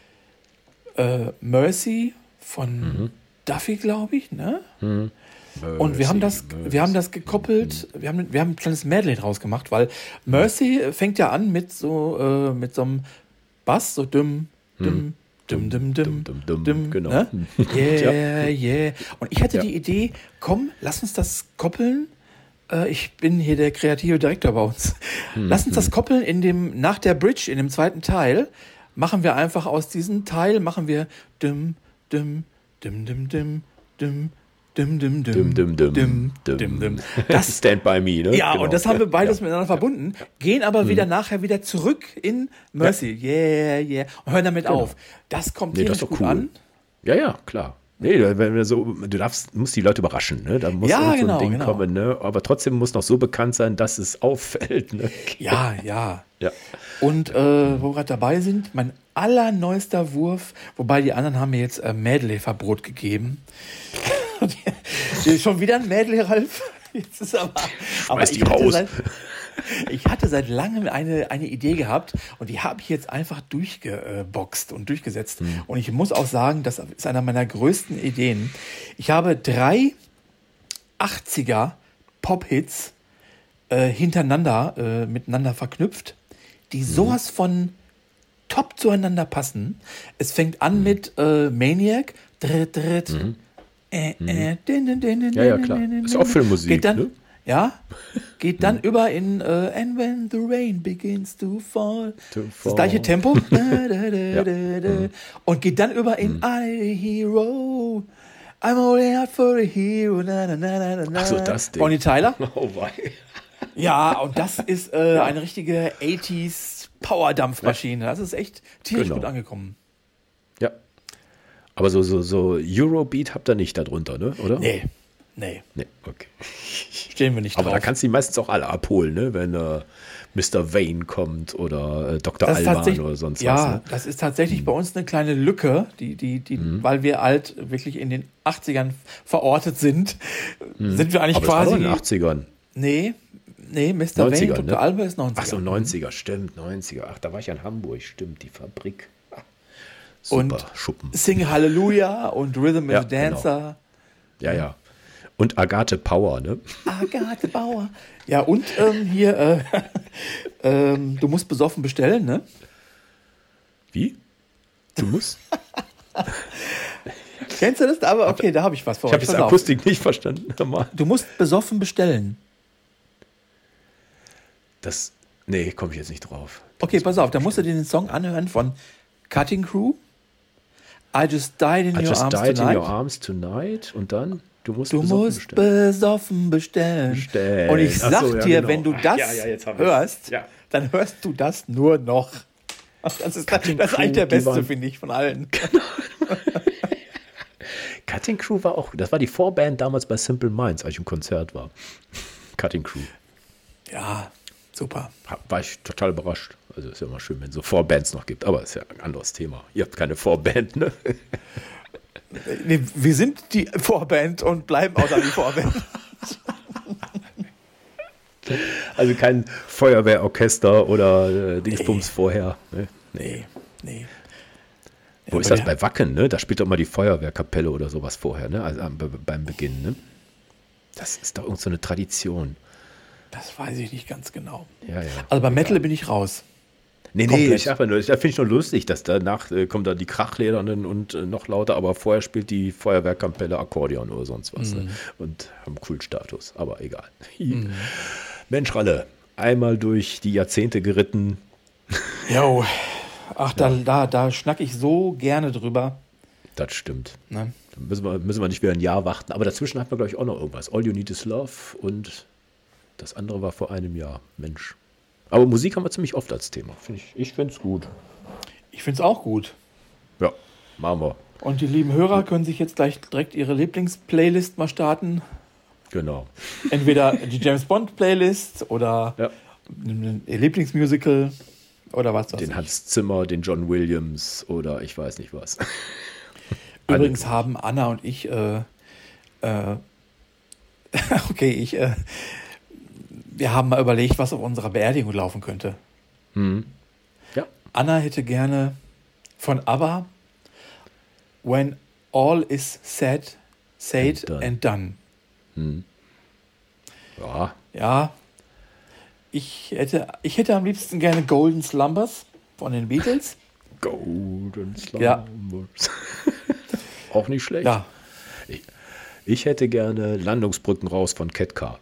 äh, Mercy von Duffy, glaube ich, ne? Und wir haben das, wir haben das gekoppelt, wir haben, wir haben ein kleines Medley draus gemacht, weil Mercy fängt ja an mit so, äh, mit so einem Bass, so dumm, dumm, dumm, dumm, dumm, dumm, dumm, dumm, genau. ne? Yeah, yeah. Und ich hatte die Idee, komm, lass uns das koppeln. Äh, ich bin hier der kreative Direktor bei uns. Lass uns das koppeln in dem, nach der Bridge, in dem zweiten Teil, machen wir einfach aus diesem Teil, machen wir dumm, dumm, dumm, dumm, dumm, dumm, dumm, dumm, Dum, dum, dum, dumm, dum. dumm, dumm. Das, Stand by me, ne? ja, Genau. und das haben wir beides Ja. miteinander verbunden, gehen aber wieder nachher wieder zurück in Mercy. Yeah, yeah. Und hören damit auf. Das kommt Nee, das tierisch ist doch gut cool. an. Ja, ja, klar. Nee, wenn wir so, du darfst, musst die Leute überraschen, ne? Da muss Ja, irgend so genau, ein Ding genau. kommen, ne? Aber trotzdem muss noch so bekannt sein, dass es auffällt, ne? Ja, ja. Ja. Und äh, wo wir gerade dabei sind, mein allerneuester Wurf, wobei die anderen haben mir jetzt äh, Medley-Verbot gegeben. Die- Schon wieder ein Medley, Ralf. Jetzt ist aber. aber Schmeiß die ich hatte raus. Seit, ich hatte seit langem eine, eine Idee gehabt und die habe ich jetzt einfach durchgeboxt und durchgesetzt. Hm. Und ich muss auch sagen, das ist einer meiner größten Ideen. Ich habe drei achtziger Pop-Hits äh, hintereinander äh, miteinander verknüpft, die sowas von top zueinander passen. Es fängt an mit äh, Maniac. Dritt, dritt, äh, äh, din, din, din, din, Ja, ja, din, klar. din, din, Ist auch Filmmusik, Geht dann, ne? ja, geht dann über in äh, And when the rain begins to fall. To Das fall. gleiche Tempo. Da, da, da, Ja. da, da. Und geht dann über in I'm a hero. I'm only out for a hero. Na, na, na, na, na. Ach so, das Ding. Bonnie Tyler. Oh, wei. Ja, und das ist äh, eine richtige achtziger Powerdampfmaschine. Das ist echt tierisch Genau. gut angekommen. Ja. Aber so, so, so Eurobeat habt ihr nicht darunter, ne? Oder? Nee, nee, Nee, okay. stehen wir nicht Aber drauf. da kannst du die meistens auch alle abholen, ne? Wenn äh, Mister Vane kommt oder äh, Doktor das ist Alban tatsächlich- oder sonst ja, was. Ne? das ist tatsächlich bei uns eine kleine Lücke, die, die, die, weil wir halt wirklich in den achtzigern verortet sind, sind wir eigentlich Aber das war quasi. doch in den achtzigern. Nee, nee, Mister Vane, neunzigern, Doktor ne? Alban ist neunziger. Ach so, neunziger, stimmt, neunziger. Ach, da war ich ja in Hamburg, stimmt, die Fabrik. Ah, Super Und Schuppen. Sing Hallelujah und Rhythm Ja, is a Dancer. Ja, ja. Und Agathe Power, ne? Agathe Bauer. Ja, und ähm, hier, äh, ähm, du musst besoffen bestellen, ne? Wie? Du musst? Kennst du das? Aber okay, da habe ich was vor Ich habe euch. jetzt Pass auf. Akustik nicht verstanden. Nochmal. Du musst besoffen bestellen. Das, nee, komme ich jetzt nicht drauf. Okay, pass auf, da musst du dir den Song anhören von Cutting Crew. I just died in I your just arms died tonight. in your arms tonight. Und dann, du musst Du besoffen musst bestellen. besoffen bestellen. Bestellen. Und ich Ach sag so, ja, dir, genau. wenn du Ach, das ja, ja, jetzt hab ich's. hörst, Ja. dann hörst du das nur noch. Das ist, das Cutting ist eigentlich der Crew, die beste, waren- finde ich, von allen. Cutting Crew war auch, das war die Vorband damals bei Simple Minds, als ich im Konzert war. Cutting Crew. Ja, super. War ich total überrascht. Also ist ja immer schön, wenn es so Vorbands noch gibt, aber ist ja ein anderes Thema. Ihr habt keine Vorband, ne? Nee, wir sind die Vorband und bleiben auch dann die Vorband. Also kein Feuerwehrorchester oder äh, Dingsbums vorher. Ne? Nee, nee. Wo Ja, ist aber das der- bei Wacken, ne? Da spielt doch mal die Feuerwehrkapelle oder sowas vorher, ne? Also am- be- beim Beginn, ne? Das ist doch irgend so eine Tradition. Das weiß ich nicht ganz genau. Ja, ja. Also bei Metal bin ich raus. Nee, nee, komplett. ich sag mal nur, da finde ich nur lustig, dass danach äh, kommt da die Krachledernen und äh, noch lauter, aber vorher spielt die Feuerwehrkapelle Akkordeon oder sonst was. Ne? Und haben Kultstatus, aber egal. Mensch, Ralle, einmal durch die Jahrzehnte geritten. Jo, ach, da, da, da schnack ich so gerne drüber. Das stimmt. Ne? Da müssen wir, müssen wir nicht wieder ein Jahr warten. Aber dazwischen hatten wir, glaube ich, auch noch irgendwas. All You Need Is Love und das andere war vor einem Jahr. Mensch. Aber Musik haben wir ziemlich oft als Thema. Find ich ich finde es gut. Ich finde es auch gut. Ja. Machen wir. Und die lieben Hörer können sich jetzt gleich direkt ihre Lieblingsplaylist mal starten. Genau. Entweder die James Bond Playlist oder Ja. ihr Lieblingsmusical oder was weiß Den ich. Hans Zimmer, den John Williams oder ich weiß nicht was. Übrigens haben Anna und ich, äh, äh, okay, ich, äh, wir haben mal überlegt, was auf unserer Beerdigung laufen könnte. Mhm. Ja. Anna hätte gerne von ABBA When All Is Said, Said And and Done. Done. Mhm. Ja. Ja, ich hätte, ich hätte am liebsten gerne Golden Slumbers von den Beatles. Golden Ja. Slumbers. Auch nicht schlecht. Ja, Ich, ich hätte gerne Landungsbrücken raus von Ketka.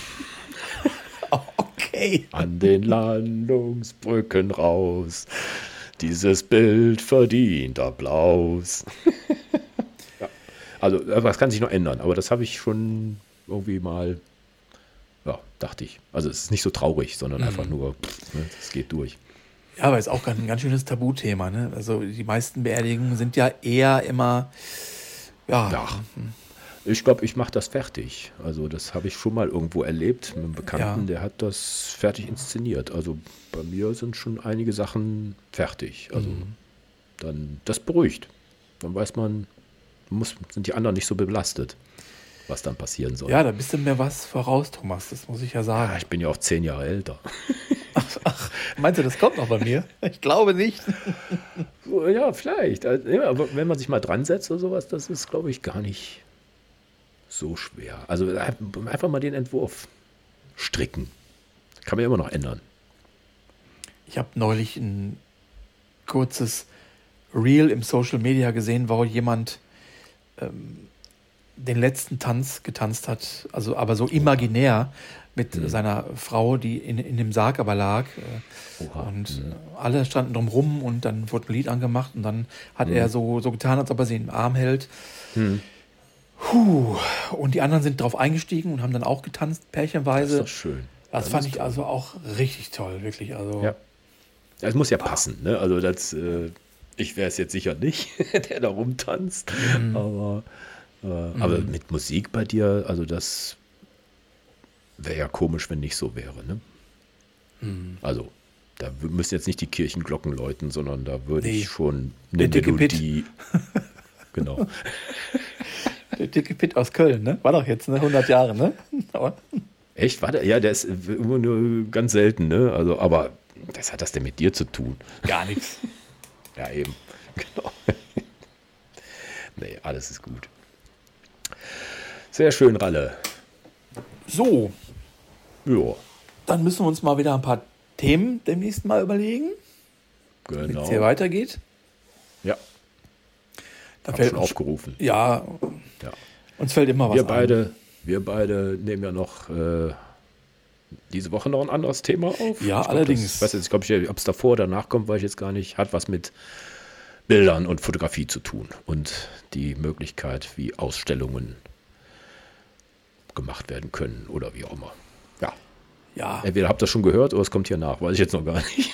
okay. An den Landungsbrücken raus. Dieses Bild verdient Applaus. Ja. Also, das kann sich noch ändern, aber das habe ich schon irgendwie mal, ja, dachte ich. Also, es ist nicht so traurig, sondern Mhm. einfach nur, pff, ne, es geht durch. Ja, aber ist auch ganz- ein ganz schönes Tabuthema, ne? Also die meisten Beerdigungen sind ja eher immer, ja, Ja. Ich glaube, ich mache das fertig. Also, das habe ich schon mal irgendwo erlebt mit einem Bekannten, Ja. der hat das fertig inszeniert. Also, bei mir sind schon einige Sachen fertig. Also, Mhm. dann, das beruhigt. Dann weiß man, muss, sind die anderen nicht so belastet, was dann passieren soll. ja, da bist du mir was voraus, Thomas, das muss ich ja Ah, sagen. ich bin ja auch zehn Jahre älter. Meinst du, das kommt noch bei mir? Ich glaube nicht. Ja, vielleicht. Also, ja, aber wenn man sich mal dran setzt oder sowas, das ist, glaube ich, gar nicht so schwer. Also einfach mal den Entwurf stricken. Kann man ja immer noch ändern. Ich habe neulich ein kurzes Reel im Social Media gesehen, wo jemand ähm, den letzten Tanz getanzt hat, also aber so imaginär mit Mhm. seiner Frau, die in, in dem Sarg aber lag. Äh, Oha. Und Mhm. äh, alle standen drum rum und dann wurde ein Lied angemacht und dann hat er so, so getan, als ob er sie im Arm hält. Mhm. Puh. Und die anderen sind drauf eingestiegen und haben dann auch getanzt, Das ist pärchenweise. doch schön. Das, Das fand ist ich toll. also auch richtig toll, wirklich. Also Ja. Es muss ja passen, ne? Also das, äh, ich wäre es jetzt sicher nicht, der da rumtanzt. Mhm. Aber, äh, aber mit Musik bei dir, also das wäre ja komisch, wenn nicht so wäre, ne? Mhm. Also, da w- müssen jetzt nicht die Kirchenglocken läuten, sondern da würde Nee. ich schon Der eine dicke Pitt. Melodie. Genau. Der dicke Pitt aus Köln, ne? War doch jetzt, ne? hundert Jahre, ne? Aber Echt? War der? Ja, der ist immer nur ganz selten, ne? Also, aber was hat das denn mit dir zu tun? gar nichts. Ja, eben. Genau. Nee, alles ist gut. Sehr schön, Ralle. So, Ja, dann müssen wir uns mal wieder ein paar Themen demnächst mal überlegen, wie es genau. hier weitergeht. Ja, Da hab fällt schon uns, aufgerufen. ja, Ja. uns fällt immer was Wir ein. beide, wir beide nehmen ja noch äh, diese Woche noch ein anderes Thema auf. Ja, Ich glaub, allerdings. Das, weiß jetzt, glaube ich, ob es davor oder danach kommt, weiß ich jetzt gar nicht. Hat was mit Bildern und Fotografie zu tun und die Möglichkeit, wie Ausstellungen gemacht werden können oder wie auch immer. Ja, Ja, entweder habt ihr das schon gehört oder es kommt hier nach, weiß ich jetzt noch gar nicht.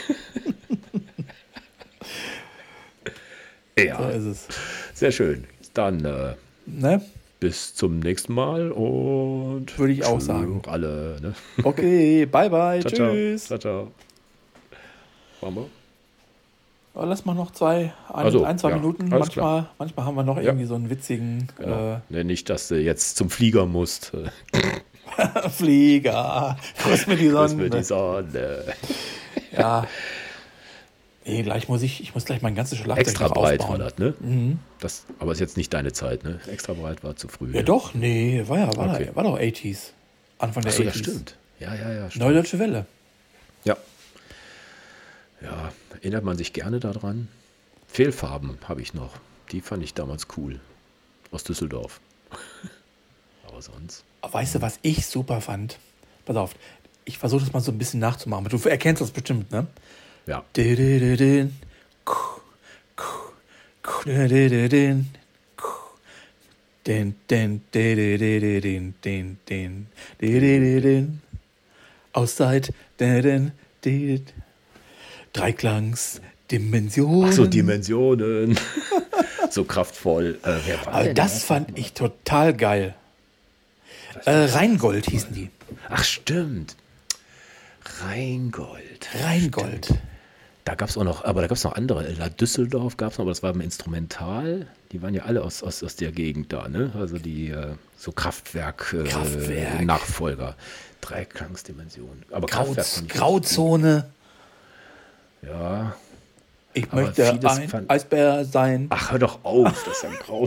so Ja, ist es. sehr schön. Dann äh, Ne? bis zum nächsten Mal und Würde ich auch tschüss sagen. alle. Ne? Okay, bye bye, Ciao, ciao. tschüss. Ciao, ciao. Machen wir? Aber lass mal noch zwei, ein, Also, ein zwei ja, Minuten. alles Manchmal, manchmal haben wir noch Ja. irgendwie so einen witzigen Genau. äh, Ne, nicht, dass du jetzt zum Flieger musst. Flieger. Kuss mir die Grüß mir Sonne. die Sonne. Ja. Nee, gleich muss ich, ich muss gleich mein ganzes Schlagzeug Extra noch breit aufbauen. war das, ne? Mhm. Das, aber ist jetzt nicht deine Zeit, ne? Extra breit war zu früh. Ja ne? doch, nee, war ja, war, Okay. war doch achtziger. Anfang der Achso, ja, achtziger. stimmt. Ja, ja, ja, stimmt. Neue Deutsche Welle. Ja. Ja, erinnert man sich gerne daran. Fehlfarben habe ich noch. Die fand ich damals cool. Aus Düsseldorf. Aber sonst. Aber weißt du, was ich super fand? Pass auf, ich versuche das mal so ein bisschen nachzumachen. Du erkennst das bestimmt, ne? Ja. Didididin, kuh, kuh, kuh, didididin, kuh, din, din, didididin, din, din, didididin. Auszeit, didin, didid. Dreiklangsdimensionen. Ach so, Dimensionen. so kraftvoll. Äh, wer war Aber denn das fand ich total geil. Äh, Rheingold hießen die. Ach, stimmt. Rheingold. Rheingold. Stimmt. Da gab es auch noch, aber da gab es noch andere. La Düsseldorf gab es noch, aber das war im Instrumental. Die waren ja alle aus, aus, aus der Gegend da, ne? Also die äh, so Kraftwerk, äh, Kraftwerk. Nachfolger. Dreiklangsdimension. Aber Grau, Kraftwerk fand ich Grauzone. gut. Ja. Ich Aber möchte vieles ein fand- Eisbär sein. Ach, hör doch auf, das ist ja grau.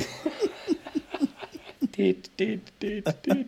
Det, det, det, det.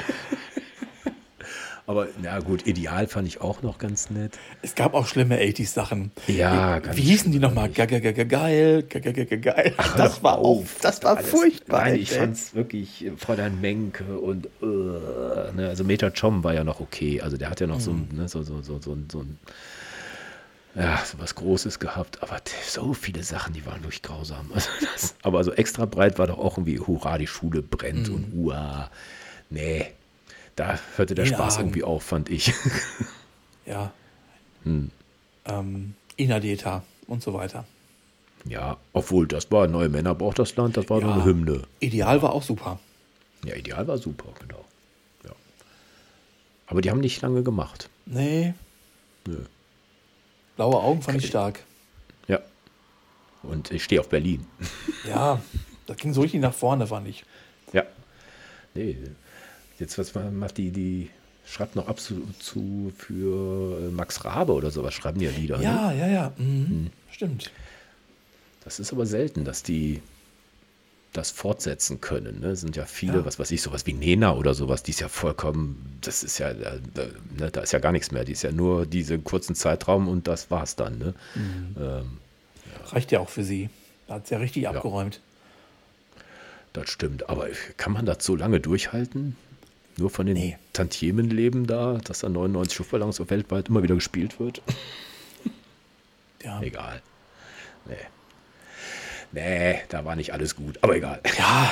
Aber na gut, Ideal fand ich auch noch ganz nett. Es gab auch schlimme achtziger-Sachen. Ja, Wie ganz hießen die nochmal? schlimm. Ge- ge- ge- Geil, ge- ge- ge- geil. Hör Das doch war auch, auf, das war alles- furchtbar. Nein, ich ey. fand's wirklich äh, Fräulein Menke und äh, ne, also Meta Chom war ja noch okay. Also der hat ja noch so, Mhm. ne, so, so, so, so, so ein ja, so was Großes gehabt, aber t- so viele Sachen, die waren wirklich grausam. Also das, aber so extra breit war doch auch irgendwie Hurra, die Schule brennt Mhm. und Uah. Nee, da hörte der Ja. Spaß irgendwie auf, fand ich. Ja. Hm. Ähm, Inadeta und so weiter. Ja, obwohl das war Neue Männer braucht das Land, das war nur Ja. eine Hymne. Ideal war auch super. Ja, Ideal war super, genau. Ja. Aber die haben nicht lange gemacht. Nee, Nö. blaue Augen fand ich stark. Ja. Und ich stehe auf Berlin. Ja, das ging so richtig nach vorne, fand ich. Ja. Nee. Jetzt was macht die, die schreibt noch ab zu, zu für äh, Max Rabe oder sowas, schreiben die ja Lieder. Ne? Ja, ja, ja. Mhm. Stimmt. Das ist aber selten, dass die das fortsetzen können. Ne? Es sind ja viele, Ja. was weiß ich, sowas wie Nena oder sowas, die ist ja vollkommen, das ist ja, äh, ne, da ist ja gar nichts mehr. Die ist ja nur diesen kurzen Zeitraum und das war's dann. Ne? Mhm. Ähm, Reicht ja auch für sie. Da hat sie ja richtig abgeräumt. das stimmt. Aber kann man das so lange durchhalten? Nur von den Nee. Tantiemen leben da, dass da neunundneunzig Luftballons so weltweit immer wieder gespielt wird? Ja. Egal. Nee. Nee, da war nicht alles gut, aber egal. Ja,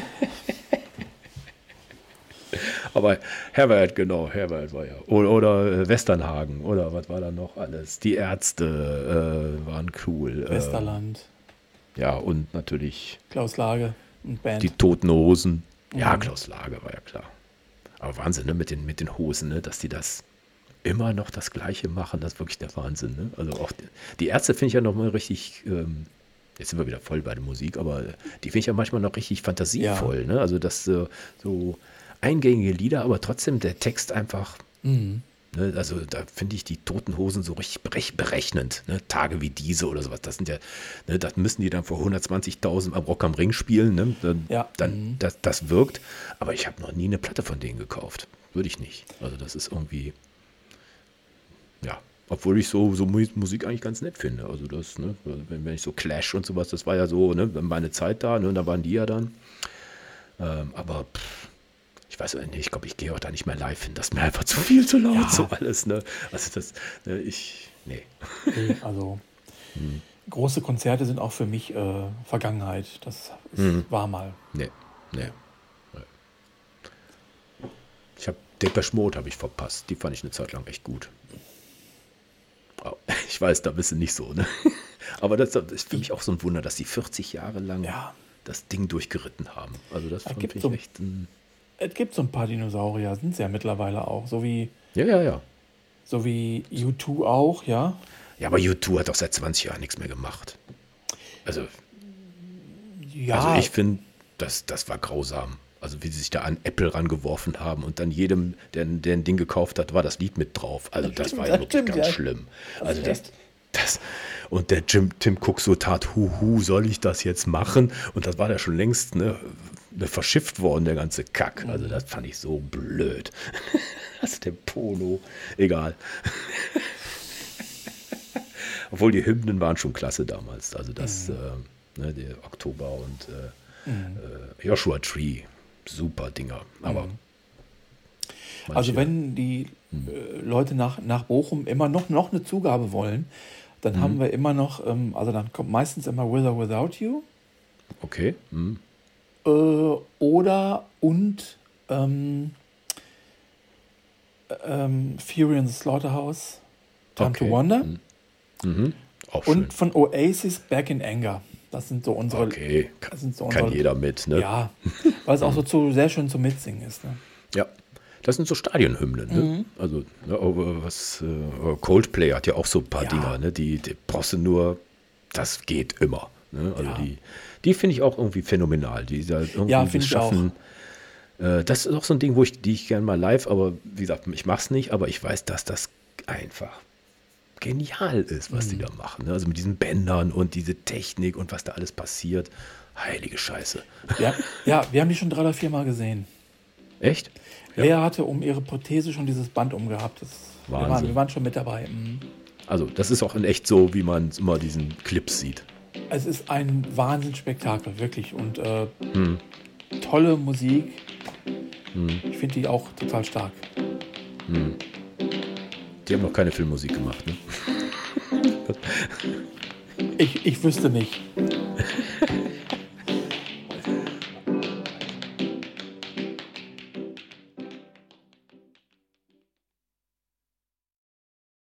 Aber Herbert, genau, Herbert war ja. Oder, oder äh, Westernhagen, oder was war da noch alles? Die Ärzte äh, waren cool. Äh, Westerland, ja, und natürlich Klaus Lage und Band. die Toten Hosen. Ja, Mhm. Klaus Lage war ja klar. Aber Wahnsinn, ne, mit den, mit den Hosen, ne, dass die das immer noch das Gleiche machen, das ist wirklich der Wahnsinn. Ne? Also auch die, die Ärzte finde ich ja noch mal richtig, ähm, jetzt sind wir wieder voll bei der Musik, aber die finde ich ja manchmal noch richtig fantasievoll. Ne? Also das äh, so eingängige Lieder, aber trotzdem der Text einfach, Mhm. ne, also da finde ich die Toten Hosen so richtig berech berechnend. Ne? Tage wie diese oder sowas, das sind ja, ne, das müssen die dann vor hundertzwanzigtausend am Rock am Ring spielen. Ne? Dann, Ja. dann, Mhm. das, das wirkt, aber ich habe noch nie eine Platte von denen gekauft. Würde ich nicht. Also das ist irgendwie, ja, obwohl ich so, so Mu- Musik eigentlich ganz nett finde. Also das, ne, wenn, wenn ich so Clash und sowas, das war ja so, ne, meine Zeit da, ne, und da waren die ja dann. Ähm, aber pff, ich weiß nicht, ich glaube, ich gehe auch da nicht mehr live hin. Das ist mir einfach zu viel, zu laut, Ja. so alles, ne. Also das, ne, ich, nee. Nee, also Hm. große Konzerte sind auch für mich äh, Vergangenheit. Das ist, Mhm. war mal. Nee, nee. nee. Ich habe Depeche Mode habe ich verpasst. Die fand ich eine Zeit lang echt gut. Oh, ich weiß, da bist du nicht so, ne? Aber das, das ist für mich auch so ein Wunder, dass die vierzig Jahre lang Ja, das Ding durchgeritten haben. Also das Da fand gibt's ich so- echt ein, es gibt so ein paar Dinosaurier, sind sie ja mittlerweile auch. So wie, ja, ja, ja. so wie U zwei auch, ja. Ja, aber U zwei hat doch seit zwanzig Jahren nichts mehr gemacht. Also, Ja, also ich finde, das, das war grausam. Also wie sie sich da an Apple rangeworfen haben und dann jedem, der, der ein Ding gekauft hat, war das Lied mit drauf. Also das war ja Das wirklich stimmt, ganz ja. schlimm. Das Also ist das, echt. das und der Jim, Tim Cook so tat, huhu, soll ich das jetzt machen? Und das war ja schon längst ne, ne, verschifft worden, der ganze Kack. Also das fand ich so blöd. Das der Polo. Egal. Obwohl die Hymnen waren schon klasse damals. Also das, äh, ne, der Oktober und äh, äh, Joshua Tree, super Dinger. Aber also manche- wenn die äh, Leute nach, nach Bochum immer noch, noch eine Zugabe wollen, dann Mhm. haben wir immer noch, ähm, also dann kommt meistens immer With or Without You okay. Hm. äh, oder und ähm, ähm, Fury in the Slaughterhouse, Time Okay. to Wonder Mhm. Mhm. Auch schön. und von Oasis Back in Anger. Das sind so unsere. Okay, das sind so kann unsere, jeder mit, ne? Ja, weil es auch so zu, sehr schön zum Mitsingen ist. Ne? Ja, das sind so Stadionhymnen, ne? Mhm. Also, ne, aber was, äh, Coldplay hat ja auch so ein paar Ja. Dinger, ne? Die, die brauchst du nur, das geht immer. Ne? Also Ja. die, die finde ich auch irgendwie phänomenal. Die da irgendwie Ja, das finde ich schaffen. Äh, das ist auch so ein Ding, wo ich, die ich gerne mal live, aber wie gesagt, ich mach's nicht, aber ich weiß, dass das einfach genial ist, was die Mhm. da machen. Ne? Also mit diesen Bändern und diese Technik und was da alles passiert. Heilige Scheiße. Ja, ja, wir haben die schon drei oder vier Mal gesehen. Echt? Ja. Lea hatte um ihre Prothese schon dieses Band umgehabt. Das, wir, waren, Wahnsinn. wir waren schon mit dabei. Mhm. Also das ist auch in echt so, wie man immer diesen Clips sieht. Es ist ein Wahnsinnsspektakel, wirklich. Und äh, Hm. tolle Musik. Hm. Ich finde die auch total stark. Hm. Die haben noch keine Filmmusik gemacht, ne? Ich, ich wüsste nicht.